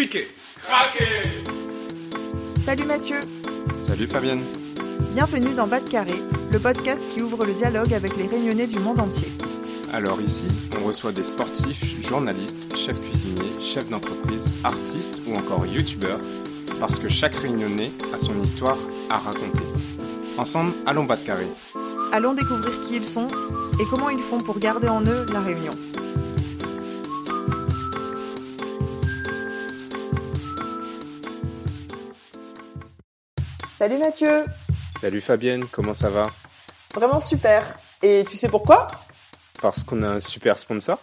Criquet. Craqué. Salut Mathieu. Salut Fabienne. Bienvenue dans Bas de Carré, le podcast qui ouvre le dialogue avec les Réunionnais du monde entier. Alors ici, on reçoit des sportifs, journalistes, chefs cuisiniers, chefs d'entreprise, artistes ou encore youtubeurs, parce que chaque Réunionnais a son histoire à raconter. Ensemble, allons Bas de Carré. Allons découvrir qui ils sont et comment ils font pour garder en eux la Réunion. Salut Mathieu. Salut Fabienne, comment ça va? Vraiment super. Et tu sais pourquoi? Parce qu'on a un super sponsor?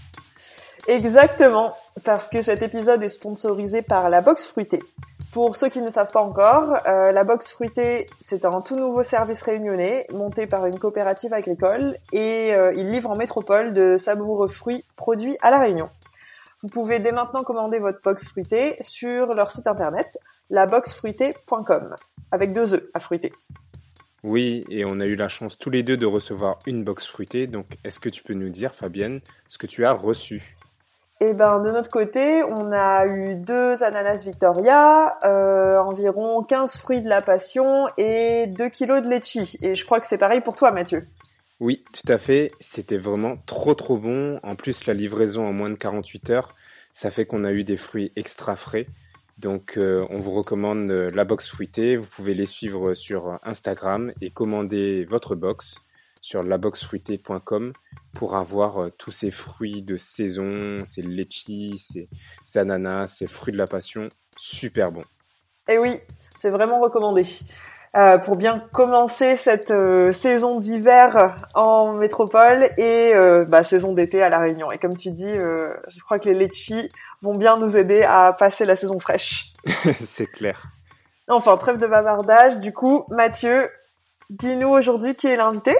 Exactement, parce que cet épisode est sponsorisé par la Box Fruitée. Pour ceux qui ne savent pas encore, la Box Fruitée, c'est un tout nouveau service réunionnais monté par une coopérative agricole et il livre en métropole de savoureux fruits produits à La Réunion. Vous pouvez dès maintenant commander votre box fruitée sur leur site internet, laboxfruitée.com, avec 2 E à fruiter. Oui, et on a eu la chance tous les deux de recevoir une box fruitée, donc est-ce que tu peux nous dire, Fabienne, ce que tu as reçu? Eh ben, de notre côté, on a eu 2 ananas Victoria, environ 15 fruits de la passion et 2 kilos de litchi. Et je crois que c'est pareil pour toi, Mathieu. Oui, tout à fait. C'était vraiment trop bon. En plus, la livraison en moins de 48 heures, ça fait qu'on a eu des fruits extra frais. Donc, on vous recommande la box fruitée. Vous pouvez les suivre sur Instagram et commander votre box sur laboxfruitée.com pour avoir tous ces fruits de saison, ces litchis, ces ananas, ces fruits de la passion. Super bon. Et oui, c'est vraiment recommandé. Pour bien commencer cette saison d'hiver en métropole et saison d'été à La Réunion. Et comme tu dis, je crois que les litchis vont bien nous aider à passer la saison fraîche. C'est clair. Enfin, trêve de bavardage. Du coup, Mathieu, dis-nous aujourd'hui qui est l'invité.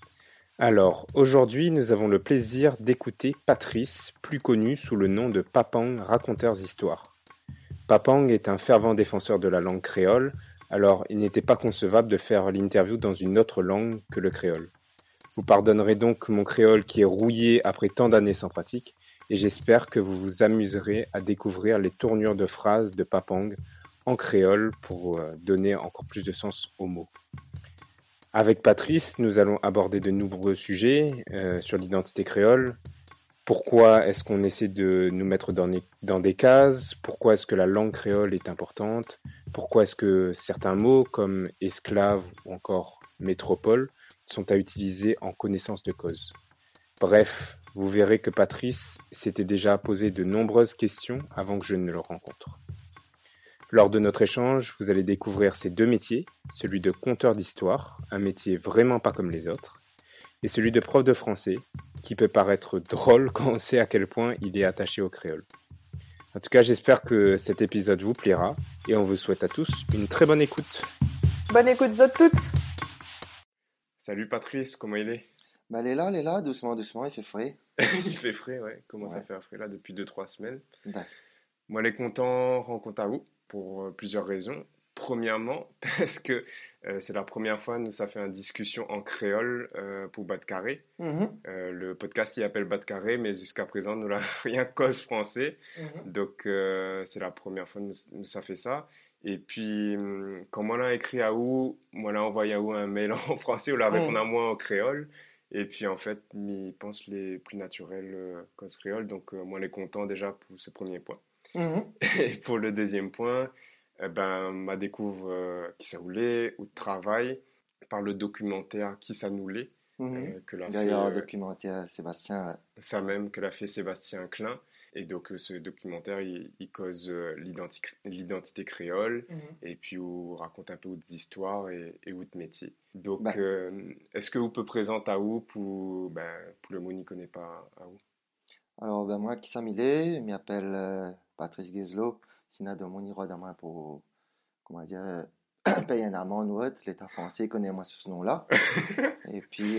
Alors, aujourd'hui, nous avons le plaisir d'écouter Patrice, plus connu sous le nom de Papang Raconteurs Histoires. Papang est un fervent défenseur de la langue créole, alors il n'était pas concevable de faire l'interview dans une autre langue que le créole. Vous pardonnerez donc mon créole qui est rouillé après tant d'années sans pratique, et j'espère que vous vous amuserez à découvrir les tournures de phrases de Papang en créole pour donner encore plus de sens aux mots. Avec Patrice, nous allons aborder de nombreux sujets sur l'identité créole. Pourquoi est-ce qu'on essaie de nous mettre dans des cases? Pourquoi est-ce que la langue créole est importante? Pourquoi est-ce que certains mots comme esclave ou encore métropole sont à utiliser en connaissance de cause? Bref, vous verrez que Patrice s'était déjà posé de nombreuses questions avant que je ne le rencontre. Lors de notre échange, vous allez découvrir ces 2 métiers, celui de conteur d'histoire, un métier vraiment pas comme les autres, et celui de prof de français, qui peut paraître drôle quand on sait à quel point il est attaché au créole. En tout cas, j'espère que cet épisode vous plaira, et on vous souhaite à tous une très bonne écoute. Bonne écoute de toutes. Salut Patrice, comment il est? Bah, elle est là, doucement, il fait frais. Il fait frais, ouais. Comment ça fait frais là depuis 2-3 semaines? Bah. Moi, les contents rencontre à vous pour plusieurs raisons. Premièrement, parce que c'est la première fois que nous ça fait une discussion en créole pour Bas de Carré. Le podcast il appelle Bas de Carré, mais jusqu'à présent nous n'avons rien cause français. Donc c'est la première fois que nous ça fait ça. Et puis quand moi l'a écrit à vous, moi l'a envoyé à vous un mail en français ou l'a répondu à moi en créole. Et puis en fait, il pense les plus naturels cause créole. Donc moi les content déjà pour ce premier point. Et pour le deuxième point, ma découvre qui s'est roulé ou de travail par le documentaire Qui ça nous l'est que l'a D'ailleurs, fait documentaire Sébastien. Ça même que l'a fait Sébastien Klein. Et donc ce documentaire il cause l'identité créole et puis on raconte un peu des histoires et votre métier. Donc est-ce que vous pouvez présenter à vous pour le monde n'y connaît pas à vous? Alors moi qui s'appelle, je m'appelle Patrice Gueslo, sinon de mon iro d'amant pour comment dire payer un amende ou autre, l'État français connaît moi sous ce nom-là. Et puis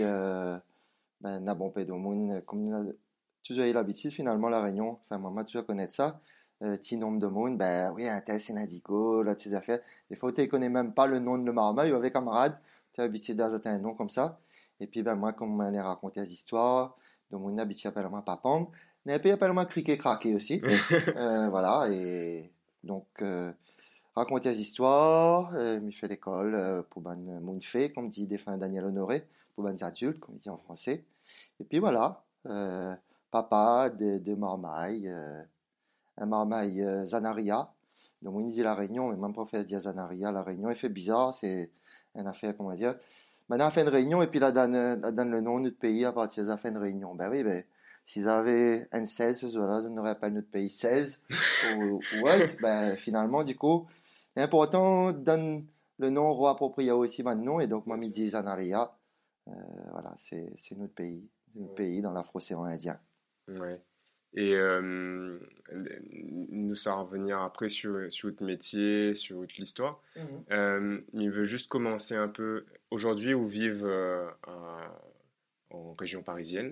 n'a bon pas de monde comme tu as eu l'habitude finalement la Réunion, enfin moi tu dois connaître ça. Petit nombre de monde, oui, un tel syndicat, là, ces affaires. Des fois, tu ne connais même pas le nom de le marmaille ou avec camarade, tu es habitué d'ajouter un nom comme ça. Et puis, moi, comme on a raconté des histoires, de mon habitué appelle moi Papang, mais puis appelle moi Criquet Craqué aussi. Voilà, et Donc, raconter des histoires, m'y fait l'école pour ban moun fait, comme dit défunt Daniel Honoré, pour ban adultes, comme il dit en français. Et puis voilà, papa de marmaille, un marmaille Zanaria. Donc, on dit la Réunion, mais même pas fait dire Zanaria, la Réunion, il fait bizarre, c'est une affaire, comment dire. Maintenant, on fait une réunion et puis là, donne le nom de notre pays à partir de la fin de réunion. Ben oui, ben, s'ils avaient un 16, ce soir-là, ils n'auraient pas notre pays 16 ou autre. Ben, finalement, du coup, c'est important de donner le nom roi approprié aussi maintenant. Et donc, moi, je dis Zanaria. Voilà, c'est notre pays. C'est notre pays dans l'Afro-Océan Indien. Ouais. Et nous, ça va revenir après sur votre métier, sur votre histoire. Il veut juste commencer un peu. Aujourd'hui, vous vivez en région parisienne,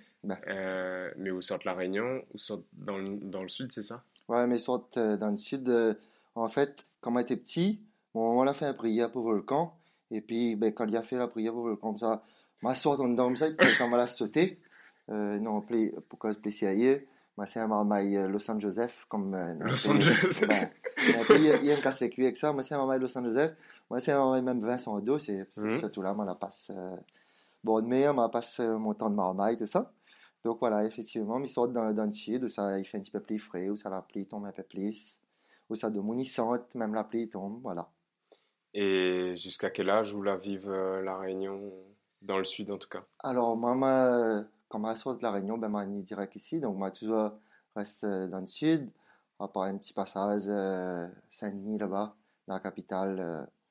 mais vous sortez la Réunion, vous sortez dans le sud, c'est ça? Ouais, mais sortent dans le sud. En fait, quand on était petit, on a fait une prière pour le volcan. Et puis, ben, quand il a fait la prière pour le volcan, ça, ma sorte en dedans, ça, et puis quand on l'a sauté, non, pourquoi je plaisir ailleurs, moi, c'est un marmaille Los Angeles, comme Los Angeles. Ben, il y a un casse avec ça. Moi, c'est un marmaille Los Angeles. Moi, c'est un marmaille même Vincent d'eau. C'est surtout là, moi, la passe bonne mer, moi, passe mon temps de marmaille, tout ça. Donc voilà, effectivement, ils sortent dans le sud, où ça, il fait un petit peu plus frais, où ça la pluie tombe un peu plus, où ça de mounissante, même la pluie tombe, voilà. Et jusqu'à quel âge vous la vivez la Réunion, dans le sud en tout cas? Alors, moi, quand je sors de la Réunion, ben, moi, je direct ici, donc moi, toujours reste dans le sud, à part un petit passage Saint-Denis là-bas, dans la capitale,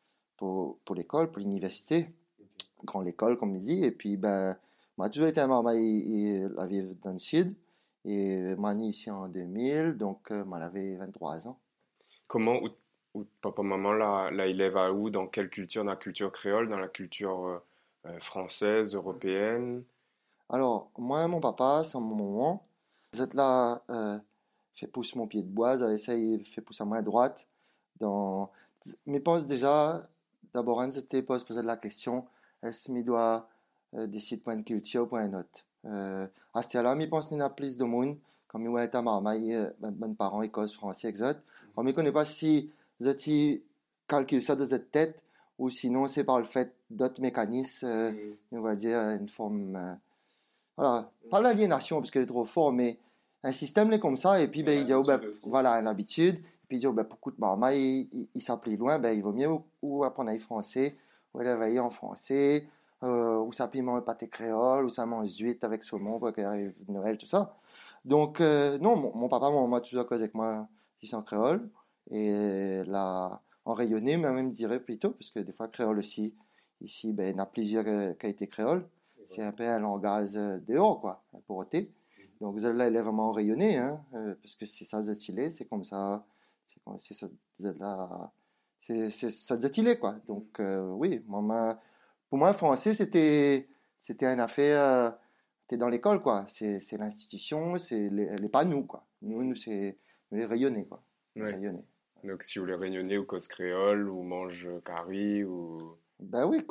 pour l'école, pour l'université, grande école, comme il dit, et puis, ben, moi, j'ai toujours été un maman la vivre dans le sud, et moi, né ici en 2000, donc, moi, j'avais 23 ans. Comment ou papa maman la élève à où? Dans quelle culture? Dans la culture créole, dans la culture française, européenne? Alors, moi, mon papa, c'est mon maman. Vous êtes là, fait pousser mon pied de bois, j'avais essayé, fait pousser à main droite. Dans... Mais pense déjà, d'abord, on s'était posé de la question, est-ce que je dois décider pour une culture ou pour une autre? À ce là je pense qu'il y a plus de monde, comme il était à Marmaille, mes parents, écosse, français, etc. On ne connaît pas si vous êtes calculé ça de cette tête, ou sinon c'est par le fait d'autres mécanismes, on va dire, une forme... voilà, pas l'aliénation parce qu'elle est trop forte, mais un système est comme ça, et puis ben, il dit, oh, ben, voilà, l'habitude, et puis il dit, oh, ben, pour que maman, il s'applique loin, ben, il vaut mieux ou apprendre à français, ou aller en français, ou ça puis manger pâté créole, ou ça mange huître avec saumon, pour qu'il arrive Noël, tout ça. Donc, non, mon papa, mon maman, toujours causé avec moi, ils sont créole, et là, en rayonné, même dirais plutôt, parce que des fois, créole aussi, ici, ben, il y en a plusieurs qualités créoles. C'est un peu un langage dehors, quoi, pour ôter. Donc, vous allez là, vraiment rayonner, hein, parce que c'est ça, Zetilé, c'est comme ça, c'est ça, là, c'est ça, Zetilé, quoi. Donc, oui, pour moi, français, c'était une affaire, c'était dans l'école, quoi. C'est l'institution, elle n'est pas nous, quoi. Nous, c'est rayonner, quoi. Ouais. Rayonner. Donc si vous voulez rayonner ou cause créole, ou mange curry, ou... Ben oui,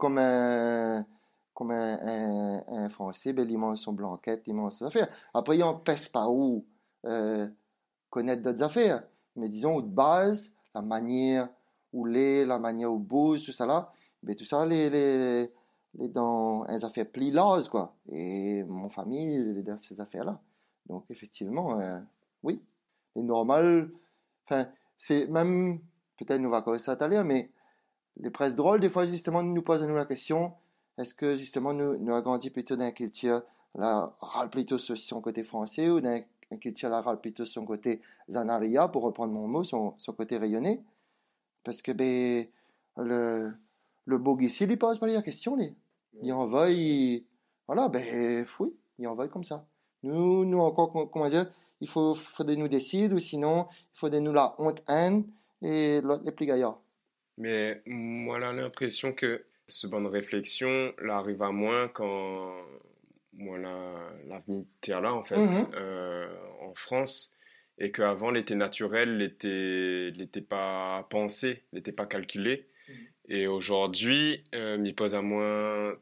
comme un Français, ben, il mange son blanquette, il mange ses affaires. Après, il n'empêche pas où connaître d'autres affaires. Mais disons, de base, la manière où la manière où bouge, tout ça là, ben, tout ça, les dans les affaires plus larges, quoi. Et mon famille, il est dans ces affaires-là. Donc, effectivement, oui, les normales, enfin, c'est même, peut-être nous va commencer à t'aller, mais les presses drôles, des fois, justement, nous posent à nous la question, est-ce que, justement, nous avons grandi plutôt dans une culture, là, râle plutôt sur son côté français, ou dans une culture, là, râle plutôt sur son côté zanaria, pour reprendre mon mot, son côté rayonné? Parce que, ben, le beau ici, il pose pas la question, lui. Il envoie, voilà, ben, oui, il envoie comme ça. Nous encore, comment dire, faudrait nous décider, ou sinon, il faudrait nous la honte haine, et l'autre, les plus gaillards. Mais moi, j'ai l'impression que ce bonne réflexion, là, arrive à moins quand moi, l'avenir était là, en fait, en France, et qu'avant, l'été naturel l'était pas pensé, n'était pas calculé. Et aujourd'hui, m'y pose à moins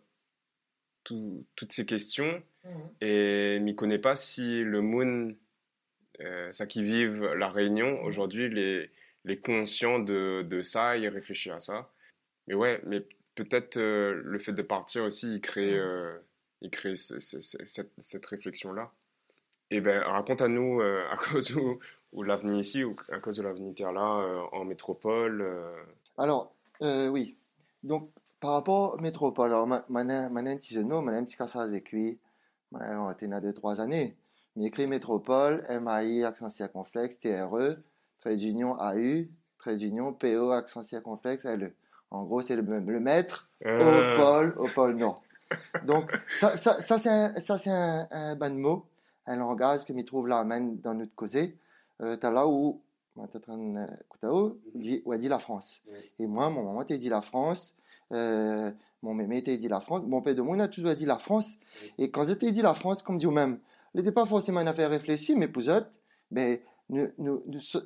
toutes ces questions, et m'y connaît pas si le moon ça qui vivent la Réunion, aujourd'hui, les conscients de ça, ils réfléchissent à ça. Mais ouais, mais peut-être le fait de partir aussi, il crée cette réflexion-là. Et ben, raconte à nous, à cause où l'avenir ici, ou à cause de l'avenir là, en métropole. Alors, oui. Donc, par rapport à métropole, alors, un petit jeune, un petit cassage écrit, on était là de 3 années. Mais écrit métropole, MAI, accent circonflexe, TRE, trait d'union AU, trait d'union PO, accent circonflexe, LE. En gros, c'est le maître au pôle nord. Donc, ça c'est un ban de mots, un langage que m'y trouve là, même dans notre causée. T'as là où, dit la France. Et moi, mon maman t'a dit la France, mon mémé t'a dit la France, mon père de moi, il a toujours dit la France. Et quand je t'ai dit la France, comme dit au même, il n'était pas forcément une affaire réfléchie, mais pour eux, ben, nous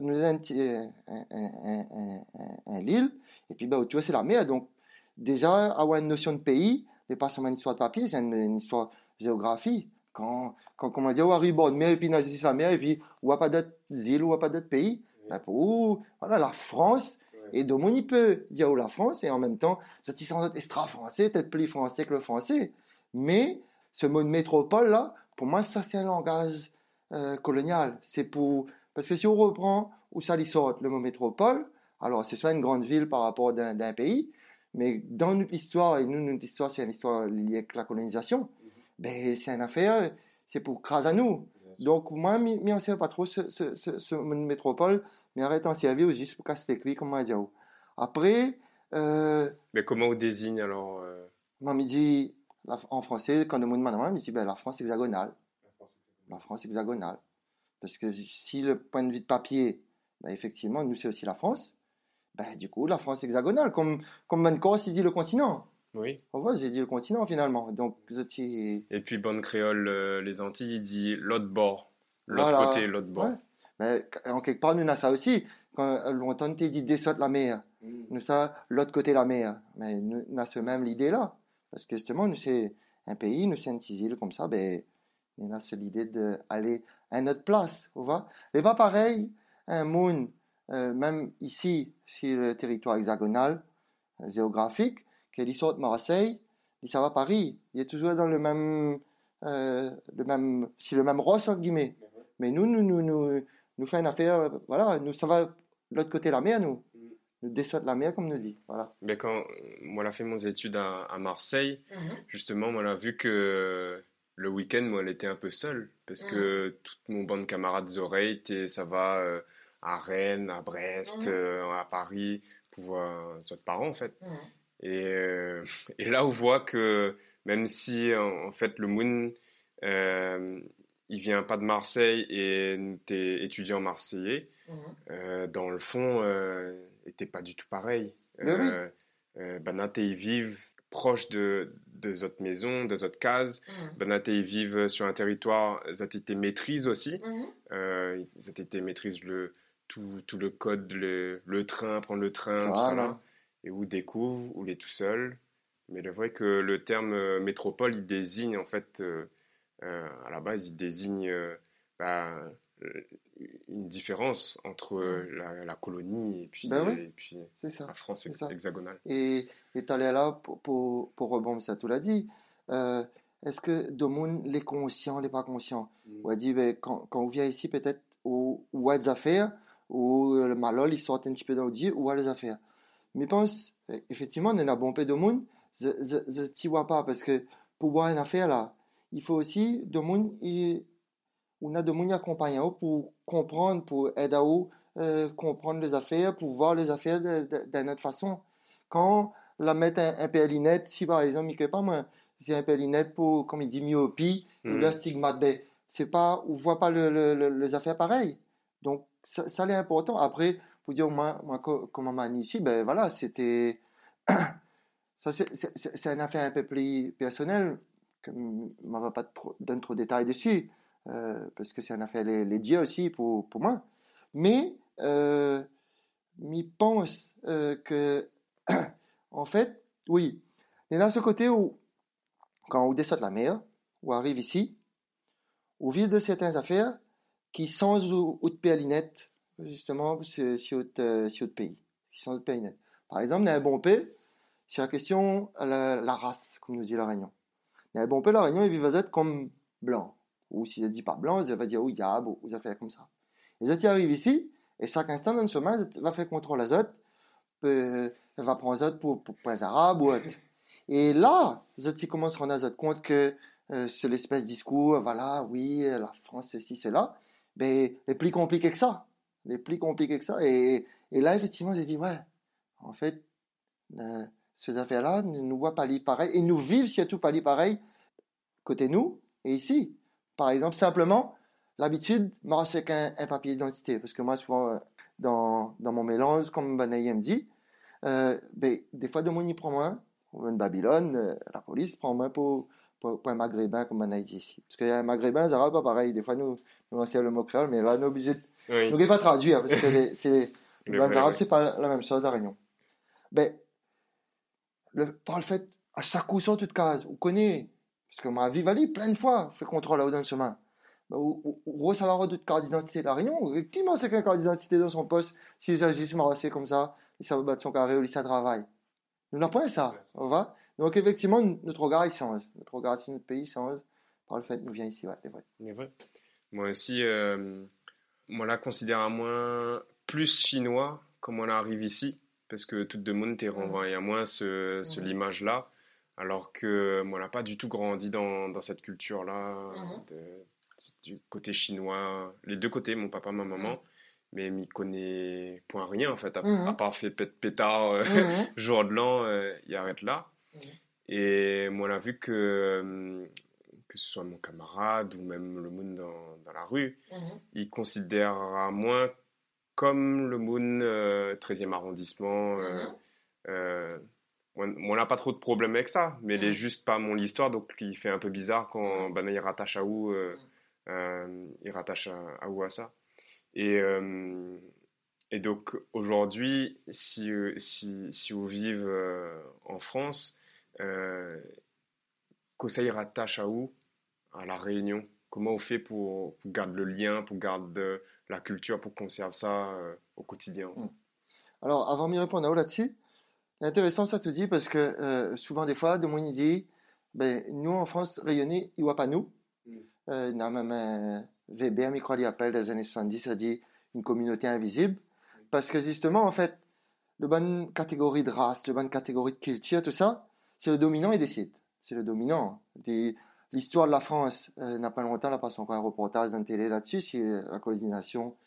un l'île, et puis, ben, tu vois, c'est la mer. Donc, déjà, avoir une notion de pays, mais pas seulement une histoire de papier, c'est une histoire de géographie. Quand on dit, on arrive bord de mer, et puis, nage sur la mer, et puis, on n'a pas d'autres îles, on n'a pas d'autres pays. Ben, pour, voilà, la France, et donc, on y peut dire la France, et en même temps, c'est sans être extra-français, peut-être plus français que le français. Mais, ce mot de métropole, là, pour moi, ça, c'est un langage colonial. C'est pour, parce que si on reprend où ça lui sort le mot métropole, alors c'est soit une grande ville par rapport d'un pays, mais dans notre histoire, et nous, notre histoire, c'est une histoire liée avec la colonisation, ben, c'est une affaire, c'est pour craser à nous. Donc, moi, je ne sais pas trop ce métropole, mais arrête en servir juste pour casser les cuits, comme on dit. Après. Mais comment on désigne alors Moi, je dis, en français, quand on me demande, je dis, ben, la France hexagonale. La France hexagonale. Parce que si le point de vue de papier, ben, effectivement, nous, c'est aussi la France. Ben, du coup, la France hexagonale, comme Mancor, il dit le continent. Oui. On voit, j'ai dit le continent finalement. Donc, et puis, bonne créole, les Antilles, il dit l'autre bord. L'autre voilà. côté, l'autre bord. Ouais. Ben, en quelque part, nous, on a ça aussi. Quand longtemps, tu dit descendre la mer. Nous, ça, l'autre côté de la mer. Mais nous, on a ce même l'idée-là. Parce que justement, nous, c'est un pays, nous, c'est une petite île comme ça. Ben, on a cette idée d'aller à une autre place. On voit. Mais pas pareil, un monde, même ici, sur le territoire hexagonal, géographique, qu'il sort de Marseille, il s'en va à Paris. Il est toujours dans le même ross, entre guillemets. Mais nous fait une affaire, voilà, nous, ça va de l'autre côté de la mer, nous descendons de la mer, comme nous dit, voilà. Mais quand moi, j'ai fait mes études à Marseille, justement, moi, j'ai vu que le week-end, moi, elle était un peu seule, parce que toute mon bande de camarades oreilles, ça va à Rennes, à Brest, à Paris, pour voir d'autres parents, en fait. Et là, on voit que même si, en fait, le Moon, il vient pas de Marseille et t'es étudiant marseillais, dans le fond, était pas du tout pareil. Ils vivent proche de notre maison, de notre case. Ils vivent sur un territoire, ils maîtrisent aussi. Ils maîtrisent tout le code, le train, prendre le train, tout ça là. Et où découvrent, où il est tout seul. Mais il est vrai que le terme métropole, il désigne en fait, à la base, il désigne une différence entre la colonie et puis, la France hexagonale. Et tu allé là pour rebondir ça, tu l'as dit. Est-ce que de monde, les conscients, les pas conscients, on a dit, quand on vient ici, peut-être, où a des affaires, où le malol, il sort un petit peu d'audit, où a les affaires. Mais je pense, effectivement, on a bon peu de monde, je ne vois pas, parce que pour voir une affaire là, il faut aussi de monde, on a de monde accompagnant pour comprendre, pour aider à comprendre les affaires, pour voir les affaires d'une autre façon. Quand la mettre un pélinette, si par exemple, il ne fait pas moi, c'est un pélinette pour, comme il dit, myopie, ou le stigmate, c'est pas, on voit pas les affaires pareilles. Donc, ça c'est important. Après, pour dire, moi comment m'a ici, ben voilà, c'était, ça c'est une affaire un peu plus personnelle, que je ne vais pas donner trop de détails dessus, parce que c'est une affaire les dieux aussi pour moi. Mais, je pense que, en fait, oui, il y a ce côté où, quand on descend de la mer, on arrive ici, on vit de certaines affaires qui sans autre pays net, justement, si autre pays. Qui sans autre pays net. Par exemple, dans un bon pays, c'est la question la race, comme nous dit la Réunion. Dans un bon pays, la Réunion, ils vivent comme blanc. Ou si je ne dis pas blanc, ça va dire ou yab, ou ça fait comme ça. Les autres, ils arrivent ici, et chaque instant, dans le chemin, va faire contrôle à autres, va prendre autres pour les arabes ou autre. Et là, les autres, ils commencent à rendre autres compte que c'est l'espèce de discours, voilà, oui, la France, ceci, cela, mais les plus compliqués que ça. Les plus compliqués que ça. Et là, effectivement, j'ai dit, ouais, en fait, ces affaires-là ne nous voient pas pareil, et nous vivent surtout pas pareil côté nous et ici. Par exemple, simplement, l'habitude, moi, c'est qu'un papier d'identité, parce que moi, souvent, dans mon mélange, comme Banaï me dit, des fois, de mon y prend moins, comme en Babylone, la police prend moins pour un maghrébin, comme Banaï dit ici. Parce qu'il y a un maghrébin, les arabes, pas pareil. Des fois, nous on sait le mot créole, mais là, nous obligés nous ne pas traduire, parce que les arabes, c'est pas la même chose, la Réunion. Par le fait, à chaque coup sur toute case, on connaît, parce que ma vie valide plein de fois, fait contrôle là-haut dans le chemin. Ou savoir d'autres cartes d'identité de la Réunion, qui m'a c'est qu'un carte d'identité dans son poste, s'il s'agit de m'arrêter comme ça, il s'en va battre son carré ou il s'en travaille. Nous n'avons pas ça, on va. Donc effectivement, notre regard il change. Notre regard sur notre pays change par le fait que nous vient ici, ouais, c'est vrai. Mais vrai. Moi aussi, moi là, considère à moins plus chinois comme on arrive ici, parce que tout le monde t'est renvoyé à moins l'image-là, alors que moi, on n'a pas du tout grandi dans cette culture-là, du côté chinois, les deux côtés, mon papa, ma maman, mais il connaît point rien en fait, à part fait pétard jour de l'an, il arrête là. Et moi, on a vu que ce soit mon camarade ou même le monde dans la rue, il considère à moins comme le Moon 13e arrondissement. On n'a pas trop de problème avec ça, mais il est juste pas mon histoire, donc il fait un peu bizarre quand il rattache à où il rattache à où à ça. Et donc aujourd'hui, si vous vivez en France, Kosa il rattache à où? À la Réunion. Comment on fait pour garder le lien, pour garder la culture, pour conserver ça au quotidien? Alors, avant de m'y répondre là-dessus, c'est intéressant ça tu dis, parce que souvent des fois, de mon idée, nous en France, rayonner, il ne voit pas nous. Dans même un Weber, je crois, il appelle des années 70, ça dit une communauté invisible. Parce que justement, en fait, le bonne catégorie de race, le bonne catégorie de culture, tout ça, c'est le dominant, il décide. C'est le dominant. L'histoire de la France, n'a pas longtemps, là, passe encore un reportage dans la télé là-dessus, sur la colonisation.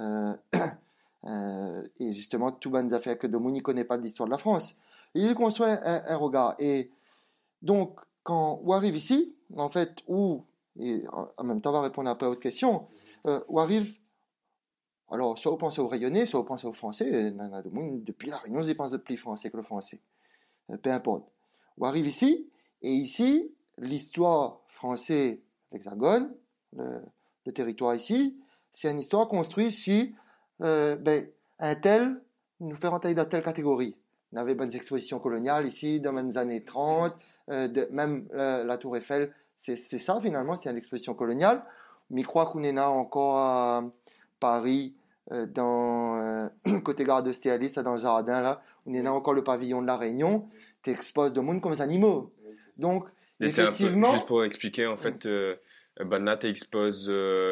Et justement, tout bonnes affaires que Domon n'y connaît pas de l'histoire de la France. Il construit un regard. Et donc, quand on arrive ici, en fait, et en même temps, on va répondre après à votre question, où arrive, alors, soit vous pensez au rayonnais, soit vous pensez au français, depuis la Réunion, ils pensent plus français que le français. Peu importe. On arrive ici, et ici, l'histoire française, l'Hexagone, le territoire ici, c'est une histoire construite sur un tel, nous fait rentrer dans telle catégorie. On avait bonnes expositions coloniales ici, dans les années 30, même la Tour Eiffel, c'est ça finalement, c'est une exposition coloniale. Mais je crois qu'on est là encore à Paris, dans côté gare de Stéalis, dans le jardin là, on est là encore le pavillon de la Réunion, tu exposes le monde comme des animaux. Donc, effectivement. Juste pour expliquer, en fait, là, tu exposes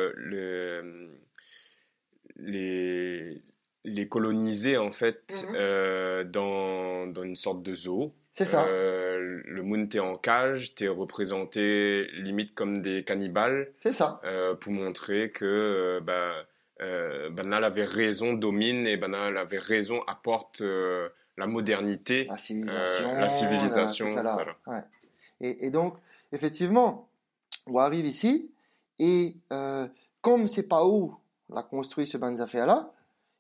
les colonisés en fait dans une sorte de zoo. C'est ça. Le monde t'es en cage, t'es représenté limite comme des cannibales. C'est ça. Pour montrer que Banal avait raison, domine, et Banal avait raison, apporte la modernité, la civilisation, voilà. Ouais. Et donc effectivement, on arrive ici et comme c'est pas où on a construit ce bonnes affaires là,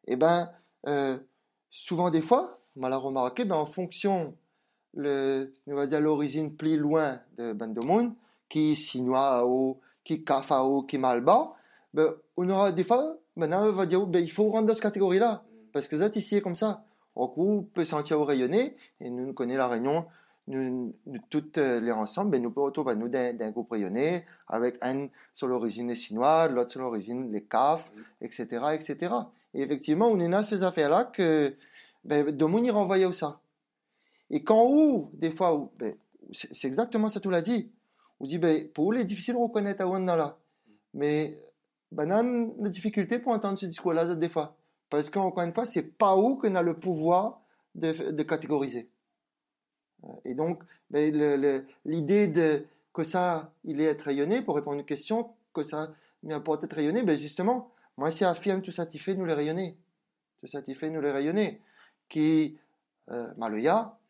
souvent des fois, on l'a remarqué, en fonction on va dire l'origine plus loin de de monde, qui chinois ou qui kafa ou qui malba, on aura des fois, maintenant on va dire il faut rendre dans cette catégorie là, parce que ça ici est comme ça. On peut sentir au rayonner, et nous connaissons la Réunion nous toutes les ensemble, ben, nous pouvons retrouver nous d'un groupe rayonné, avec un sur l'origine chinoise, l'autre sur l'origine les CAF, etc., etc. Et effectivement, on est dans ces affaires-là que, ben, de monde y renvoyait au ça. Et quand où, des fois, ben, c'est exactement ça, tu l'as dit. On dit, ben, pour nous, il est difficile de reconnaître à où on est là. Mais, ben, on a des difficultés pour entendre ce discours-là, des fois. Parce qu'encore une fois, c'est pas où qu'on a le pouvoir de catégoriser. Et donc, ben, l'idée que ça, il est être rayonné, pour répondre à une question, que ça m'apporte être rayonné, ben, justement, moi, c'est affirme tout ça, qui fait nous les rayonner. Tout ça, qui fait nous les rayonner. Qui, Maloya,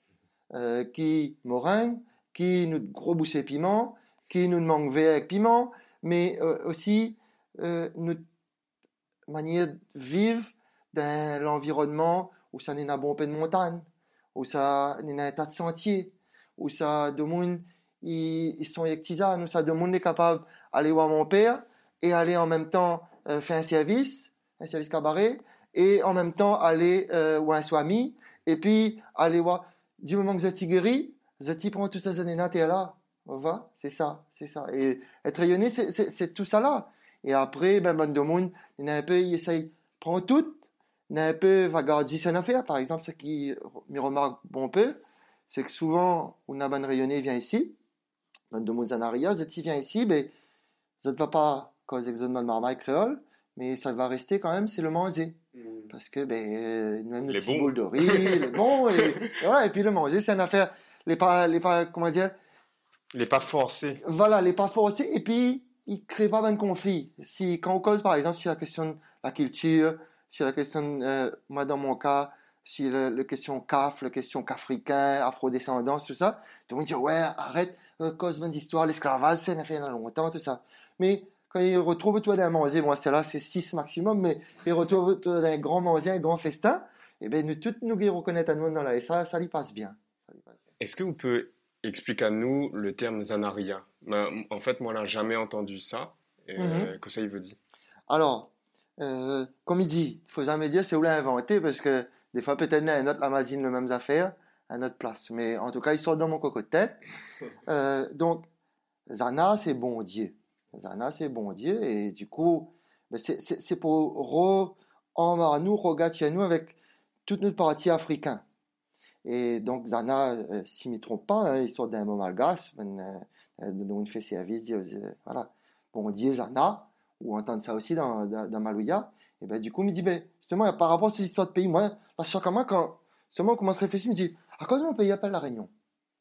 qui Morin, qui nous gros boucher piment, qui nous manque avec piment, mais aussi notre manière de vivre dans l'environnement où ça n'est un bon peu de montagne, où ça n'est un tas de sentiers, où ça de monde ils sont avec tisane, où ça de monde est capable d'aller voir mon père et aller en même temps faire un service cabaret, et en même temps aller voir un swami, et puis aller voir, du moment que vous êtes guéri, vous êtes prend toutes ces années-là, t'es là, on voit, c'est ça. Et être rayonné, c'est tout ça là. Et après, ben, de monde, il y en a un peu, il essaye, prend tout, il y en a un peu, va garder son affaire. Par exemple, ce qui me remarque bon peu, c'est que souvent, on a ben rayonné, vient ici, ben, de monde en arrière, si vient ici, ben, ça ne va pas causer exonement de marmaille créole, mais ça va rester quand même, c'est le manger. Parce que, ben, même le petit boule de riz, le bon, et voilà, et puis le manger, c'est une affaire, les pas, comment dire, les pas forcés. Voilà, les pas forcés, et puis, ils créent pas de conflit. Si, quand on cause, par exemple, sur la question de la culture, sur la question, moi, dans mon cas, si la question CAF, la question qu'africain, afrodescendance, tout ça, tout le monde dit, ouais, arrête, cause d'histoire, l'esclavage, c'est une affaire dans longtemps, tout ça. Mais, quand ils retrouvent toi d'un manger, bon, c'est là, c'est 6 maximum, mais ils retrouvent toi d'un grand manger, un grand festin, et ben, nous, toutes, nous, qui reconnaissent à nous dans là, et ça lui passe bien. Est-ce que vous pouvez expliquer à nous le terme Zanaria? En fait, moi, je n'ai jamais entendu ça. Que ça, il veut dire? Alors, comme il dit, il faut jamais dire c'est où l'a inventé, parce que des fois, peut-être, un autre l'imagine les mêmes affaires à notre place. Mais en tout cas, il sort dans mon coco de tête. Donc, Zana, c'est bon Dieu. Zana, c'est bon Dieu. Et du coup, ben, c'est pour nous regarder nous avec toute notre partie africaine. Et donc, Zana, s'il ne me trompe pas, hein, il sort d'un mot malgache, dont il fait service, dit, voilà, bon Dieu, Zana, ou entendre ça aussi dans Malouya. Et ben, du coup, il me dit, ben, justement, par rapport à ces histoires de pays, moi, là, chaque mois, quand, seulement, on commence à réfléchir, il me dit, à cause de mon pays appelle la Réunion.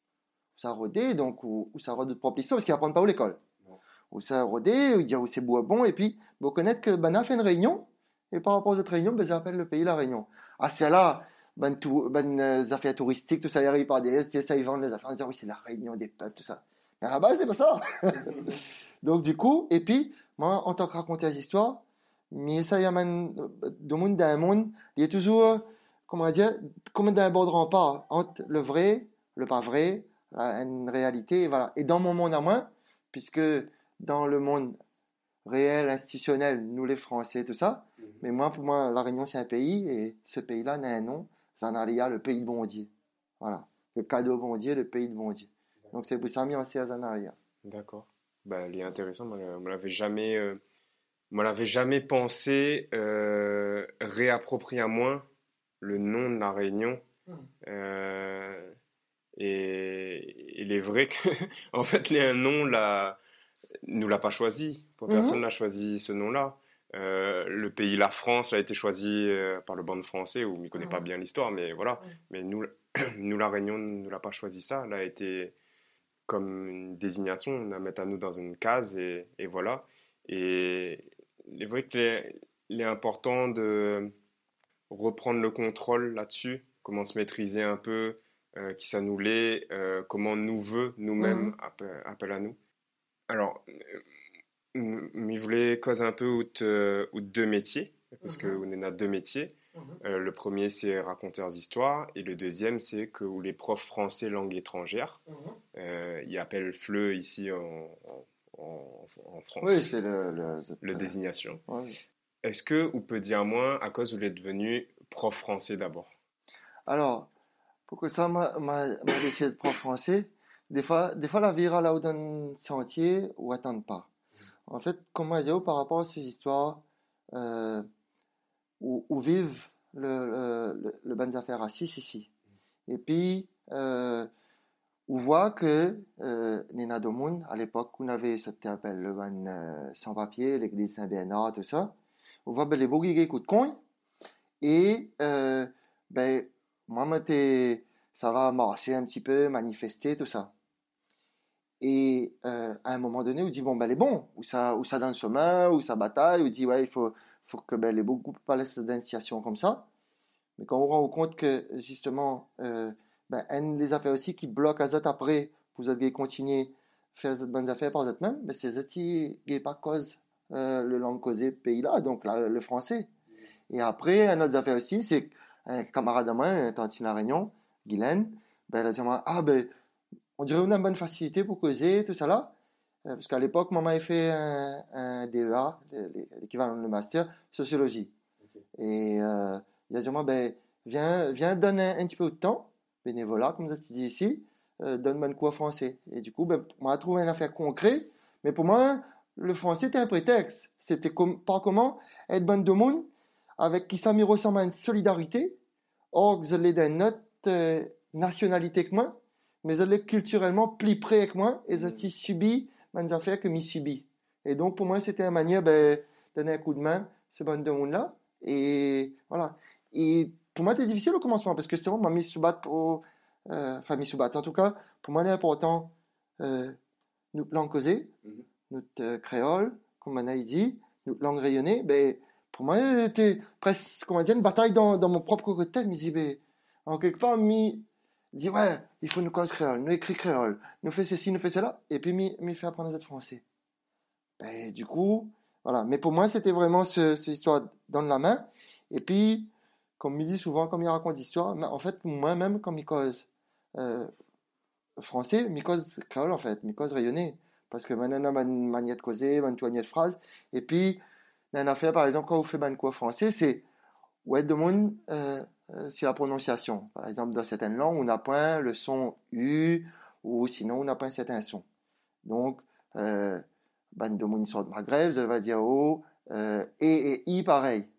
Ça rodé, donc, ou ça rôde de propre histoire, parce qu'ils apprennent pas où l'école. Ou ça rodé, ou il dit, où c'est bon, et puis, vous connaître que, ben, on a fait une réunion, et par rapport aux autres réunions, ben, ça appelle le pays la Réunion. Ah, c'est là, affaires touristiques, tout ça, il arrive par des ça, ils vendent les affaires, ils disent, oui, c'est la Réunion des peuples, tout ça. Mais à la base, c'est pas ça. Donc, du coup, et puis, moi, en tant que raconter des histoires, mais ça, il y a d'un monde, il y a toujours, comment dire, comme d'un bord de rempart entre le vrai, le pas vrai, une réalité, et voilà. Et dans mon monde à moi, puisque dans le monde réel, institutionnel, nous les Français, tout ça, mais moi, pour moi, la Réunion, c'est un pays, et ce pays-là n'a un nom, Zanaria, le pays de bon Dieu. Voilà. Le cadeau bon Dieu, le pays de bon Dieu. Donc, c'est pour ça mis en serre Zanaria. D'accord. Bah, il est intéressant. Moi, l'avais jamais pensé réapproprier à moi le nom de la Réunion. Et il est vrai que, en fait, un nom nous l'a pas choisi. Personne n'a choisi ce nom-là. Le pays, la France, a été choisi par le bande français, où on ne connaît pas bien l'histoire, mais voilà. Mais nous, la Réunion, ne nous l'a pas choisi ça. Elle a été comme une désignation, on la met à nous dans une case, et voilà. Et il est vrai qu'il est important de reprendre le contrôle là-dessus, comment se maîtriser un peu, qui ça nous l'est, comment nous veut, nous-mêmes, appelle à nous. Alors, je voulais causer un peu ou deux métiers, parce qu'on a deux métiers. Le premier, c'est raconteurs d'histoire, et le deuxième, c'est que où les profs français langue étrangère, ils appellent FLE ici en France. Oui, c'est le désignation. Ouais. Est-ce que vous pouvez dire à moi, à cause où vous êtes devenu prof français d'abord? Alors, Pour que ça m'a décidé de prendre français. Des fois, la vie ira là où d'un sentier ou attendre pas. En fait, comme moi, j'ai par rapport à ces histoires, où vivent le bonnes affaires assis ici. Et puis, on voit que Nina Domoun, à l'époque, on avait ce qu'on appelle le ban sans-papier, l'église Saint-Bernard, tout ça. On voit les beaux guigues coup de coin. Et moi, ça va marcher un petit peu, manifester, tout ça. Et à un moment donné, on dit bon, les bons, ou ça dans le chemin, ou ça bataille, ou dit ouais, il faut que les beaux groupes parlent d'initiation comme ça. Mais quand on rend compte que justement, un des affaires aussi qui bloque à ça après, pour vous continuer à faire cette bonnes affaires par vous-même, c'est ça qui n'est pas cause le langue causée pays-là, donc le français. Et après, une autre affaire aussi, c'est un camarade à moi, un tantine à la Réunion, Guylaine, elle a dit on dirait une bonne facilité pour causer, tout ça là. Parce qu'à l'époque, maman avait fait un DEA, l'équivalent de master, sociologie. Okay. Et il a dit, viens donner un petit peu de temps, bénévolat, comme ça se dit ici, donne-moi un cours français. Et du coup, moi, j'ai trouvé une affaire concrète, mais pour moi, le français était un prétexte. C'était par comment être bonne de monde, avec qui ça me ressemble à une solidarité, or que je l'ai d'une autre nationalité que moi, mais je l'ai culturellement plus près que moi, et je subi des affaires que m'y subi. Et donc, pour moi, c'était une manière de donner un coup de main à ce bon de monde-là. Et voilà. Et pour moi, c'était difficile au commencement, parce que c'est vraiment, m'a mis sous battre pour, mis sous battre. En tout cas, pour moi, il est important, notre langue causée, notre créole, comme on a dit, notre langue rayonnée, pour moi, c'était presque, comment dire, une bataille dans mon propre côté. Je me dis, en quelque part, dit ouais, il faut nous cause créole, nous écrit créole, nous fait ceci, nous fait cela, et puis m'y fait apprendre à être français. Du coup, voilà. Mais pour moi, c'était vraiment cette histoire dans la main. Et puis, comme il dit souvent, comme il raconte l'histoire, en fait, moi-même, comme il cause français, il cause créole, en fait, il cause rayonné. Parce que maintenant, on a une manière de causer, une toignée de phrases. Et puis, il y a une affaire, par exemple, quand vous faites un cours français, c'est ouais, de monde sur la prononciation. Par exemple, dans certaines langues, on n'a pas le son U, ou sinon, on n'a pas un certain son. Donc, de monde sur le Maghreb, je vais dire O, et I, pareil.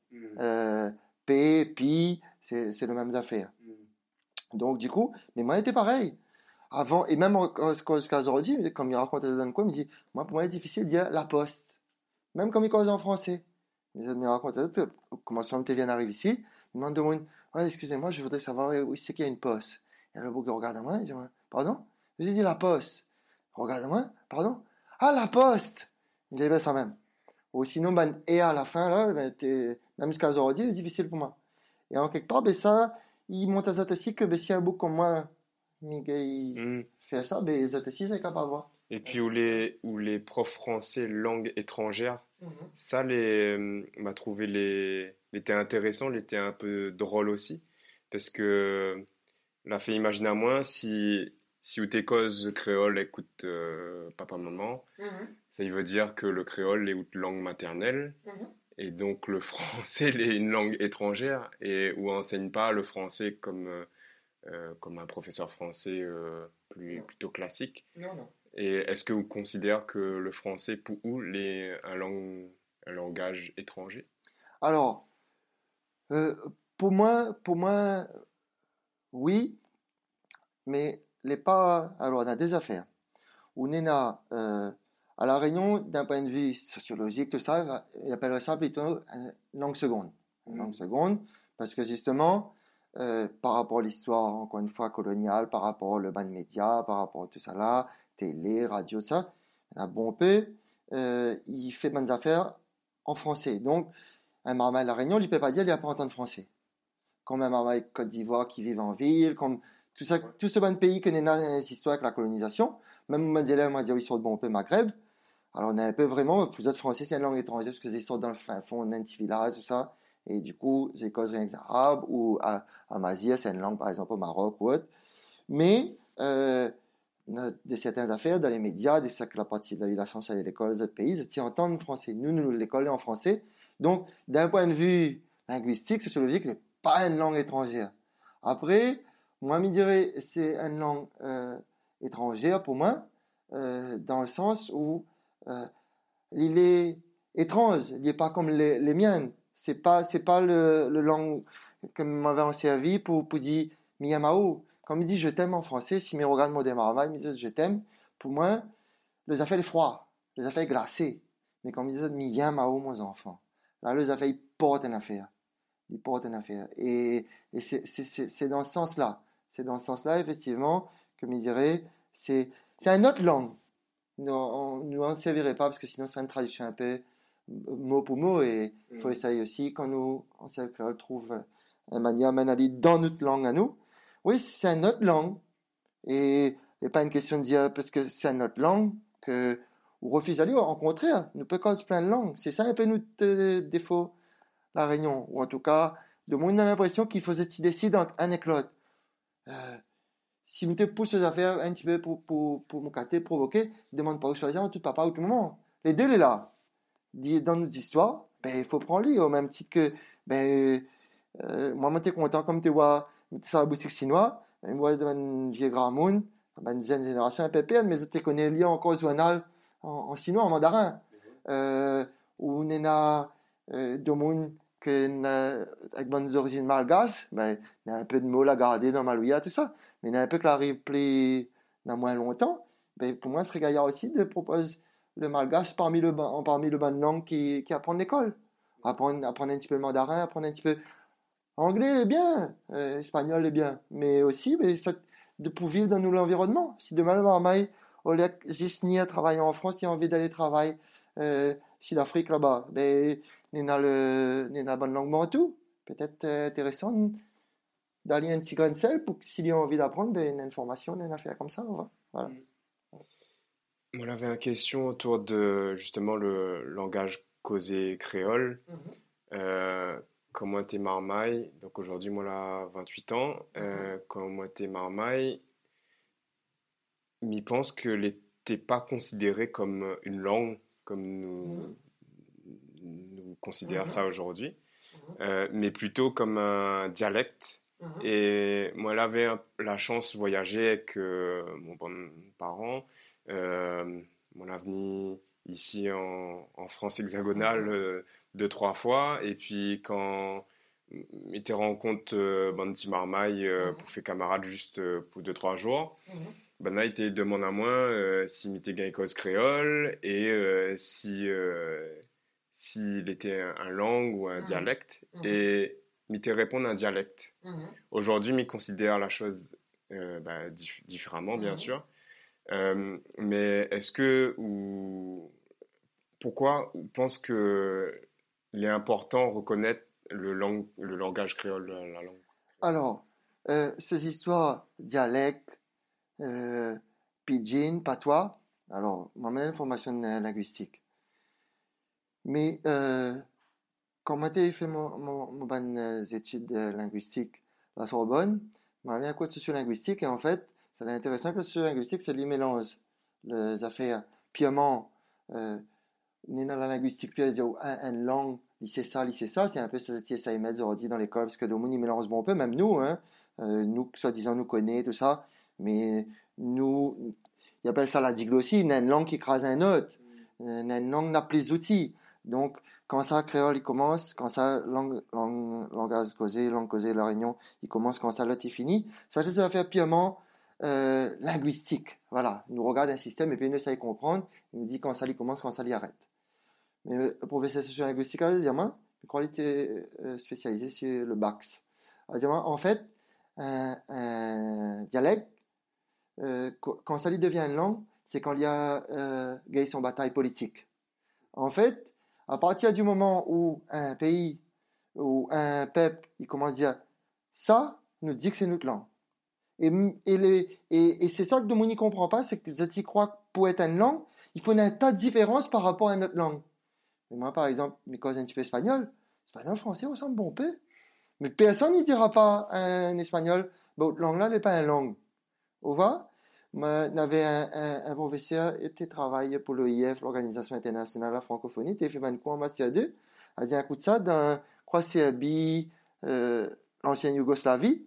P, Pi, c'est la même affaire. Donc, du coup, mais moi, c'était pareil. Avant, et même quand aujourd'hui, comme il raconte dans quoi, il me dit, moi, pour moi, c'est difficile de dire la poste. Même comme il cause en français. Il me raconte, comment ça tu viens d'arriver ici, il me demande, ouais, excusez-moi, je voudrais savoir où c'est qu'il y a une poste. Et le bouc regarde à moi, il dit, pardon? Je lui dis la poste. Regarde à moi, pardon? Ah, la poste! Il est bien ça même. Ou sinon, et à la fin, là, même jusqu'à aujourd'hui, c'est difficile pour moi. Et en quelque part, ça, il monte à ça aussi que si un bouc comme moi, il fait ça, ça aussi, c'est capable de voir. Et puis où les profs français langue étrangère, ça m'a trouvé l'été intéressant, l'été un peu drôle aussi, parce que l'a fait imaginer à moi si ou tes causes créole écoute papa maman, ça veut dire que le créole est une langue maternelle et donc le français est une langue étrangère et où on enseigne pas le français comme un professeur français plutôt classique. Non. Et est-ce que vous considérez que le français pour vous est un langage étranger? Alors, pour moi, oui, mais les pas. Alors, on a des affaires. On est là, à La Réunion, d'un point de vue sociologique, tout ça, il appellerait ça plutôt une langue seconde. Une langue seconde, parce que justement, par rapport à l'histoire, encore une fois, coloniale, par rapport au ban de médias, par rapport à tout ça là, télé, radio, tout ça, un bon peu, il fait bonnes affaires en français. Donc, un marmaille de La Réunion, il ne peut pas dire qu'il n'a pas entendu français. Comme un marmaille de Côte d'Ivoire qui vit en ville, comme tout ce bon pays connaît une histoire avec la colonisation. Même moi, ils sont de bon peu Maghreb. Alors, on est un peu vraiment, vous êtes français, c'est une langue étrangère, parce que ils sont dans le fin fond d'un petit village, tout ça. Et du coup, j'ai cause rien que arabe, ou à Mazir, c'est une langue, par exemple, au Maroc ou autre. Mais, de certaines affaires, dans les médias, c'est ça que la partie de la chance avec l'école des autres pays, ils entendent français. Nous, l'école est en français. Donc, d'un point de vue linguistique, sociologique, n'est pas une langue étrangère. Après, Moi, je dirais c'est une langue étrangère pour moi, dans le sens où il est étrange, il n'est pas comme les miennes. C'est pas le langue que m'avait en servi pour dire Miyamao. Quand il dit je t'aime en français, si me regarde mon démarrage, il me dit je t'aime, pour moi, les affaires froid, les affaires glacées. Mais quand il dit Miyamao, mon enfant, là, les affaires, ils portent une affaire. Ils portent une affaire. Et c'est dans ce sens-là. C'est dans ce sens-là, effectivement, que je dirais, c'est une autre langue. Nous, on ne servirait pas parce que sinon, c'est une traduction un peu mot pour mot. Et il faut essayer aussi, quand nous, en serbe créole, trouve une manière d'aller dans notre langue à nous. Oui, c'est une autre langue. Et il n'est pas une question de dire parce que c'est une autre langue que on refuse d'aller. Au contraire, nous peut cause plein de langues. C'est ça un peu notre défaut, la Réunion. Ou en tout cas, de moi, on a l'impression qu'il faut se décider entre un et l'autre. Si je te pousse les affaires un petit peu pour me cater, provoquer, je ne demande pas où choisir, tout papa, ou tout moment. Les deux, les là. Dans nos histoires, ben, il faut prendre les au même titre que, ben, moi, je suis content comme tu vois, ça la boutique chinoise, je vois une vieille grand-monde, une dizaine de générations un peu perdre, mais je te connais lire encore zonal en chinois, en mandarin. Où on a deux mondes avec bonnes origines malgaches, ben, il y a un peu de mots à garder dans Malouia, tout ça. Mais il y a un peu que l'arrive plus dans moins longtemps. Ben, pour moi, ce serait gaillard aussi de proposer le malgache parmi le bonne langue qui apprend l'école. Apprendre un petit peu le mandarin, apprendre un petit peu anglais est bien, espagnol est bien. Mais aussi, ben, ça, de pour vivre dans l'environnement. Si demain, le marmaille, au lieu de juste ni à travailler en France, il a envie d'aller travailler Sud-Afrique là-bas, ben, il y a la bonne langue bantou. Peut-être intéressant d'aller un petit grain de sel pour que s'il y a envie d'apprendre, ben, une information, une affaire comme ça. Voilà. On avait une question autour de justement le langage causé créole. Comment t'es marmaille? Donc aujourd'hui, moi, là, 28 ans. Comment t'es marmaille? Mais pense que l'était pas considéré comme une langue, comme nous considérons ça aujourd'hui, mais plutôt comme un dialecte. Et moi, j'avais la chance de voyager avec mon bon parent. On a venu ici en France hexagonale deux, trois fois. Et puis, quand m'était rencontre Banti Marmaille pour faire camarade juste pour deux, trois jours, ben là, il était demandé à moi si m'était gagne cause créole et s'il était un langue ou un dialecte. Et m'était répondre un dialecte. Aujourd'hui, m'y considère la chose différemment, bien sûr. Mais est-ce que pourquoi on pense que il est important de reconnaître le langage créole, la langue? Alors, ces histoires dialectes, pidgin, patois, alors, moi-même, formation linguistique. Mais quand j'ai fait mon études linguistiques à la Sorbonne, j'ai un cours de sociolinguistique et en fait, c'est intéressant que le sociolinguistique, c'est les mélange les affaires purement on est dans la linguistique puis dire une langue c'est ça c'est un peu ça ils mettent aujourd'hui dans l'école parce que le monde ils mélangent bon peu même nous hein nous soi-disant nous connaît tout ça mais nous ils appellent ça la diglossie une langue qui écrase un autre une langue n'a plus d'outils donc quand ça créole il commence quand ça langage causé langue causée de la Réunion il commence quand ça l'autre il finit ça c'est ça faire purement linguistique. Voilà, il nous regarde un système et puis il essaie de comprendre. Il nous dit quand ça lui commence, quand ça lui arrête. Mais le professeur sociolinguistique a dit, je crois qu'il était spécialisé sur le BAX. En fait, un dialecte, quand ça lui devient une langue, c'est quand il y a gagné son bataille politique. En fait, à partir du moment où un pays ou un peuple, il commence à dire ça, nous dit que c'est notre langue. Et c'est ça que Domoni ne comprend pas, c'est que si tu crois que pour être une langue, il faut un tas de différences par rapport à notre langue. Et moi, par exemple, mes cousins un petit peu espagnol, français ressemble bon peu. Mais personne ne dira pas un espagnol, votre langue là n'est pas une langue. Au revoir. Moi, j'avais un professeur qui travaillait pour l'OIF, l'Organisation internationale de la francophonie, qui a fait un cours en Master 2, a dit un coup de ça dans, je crois, Serbie, l'ancienne Yougoslavie.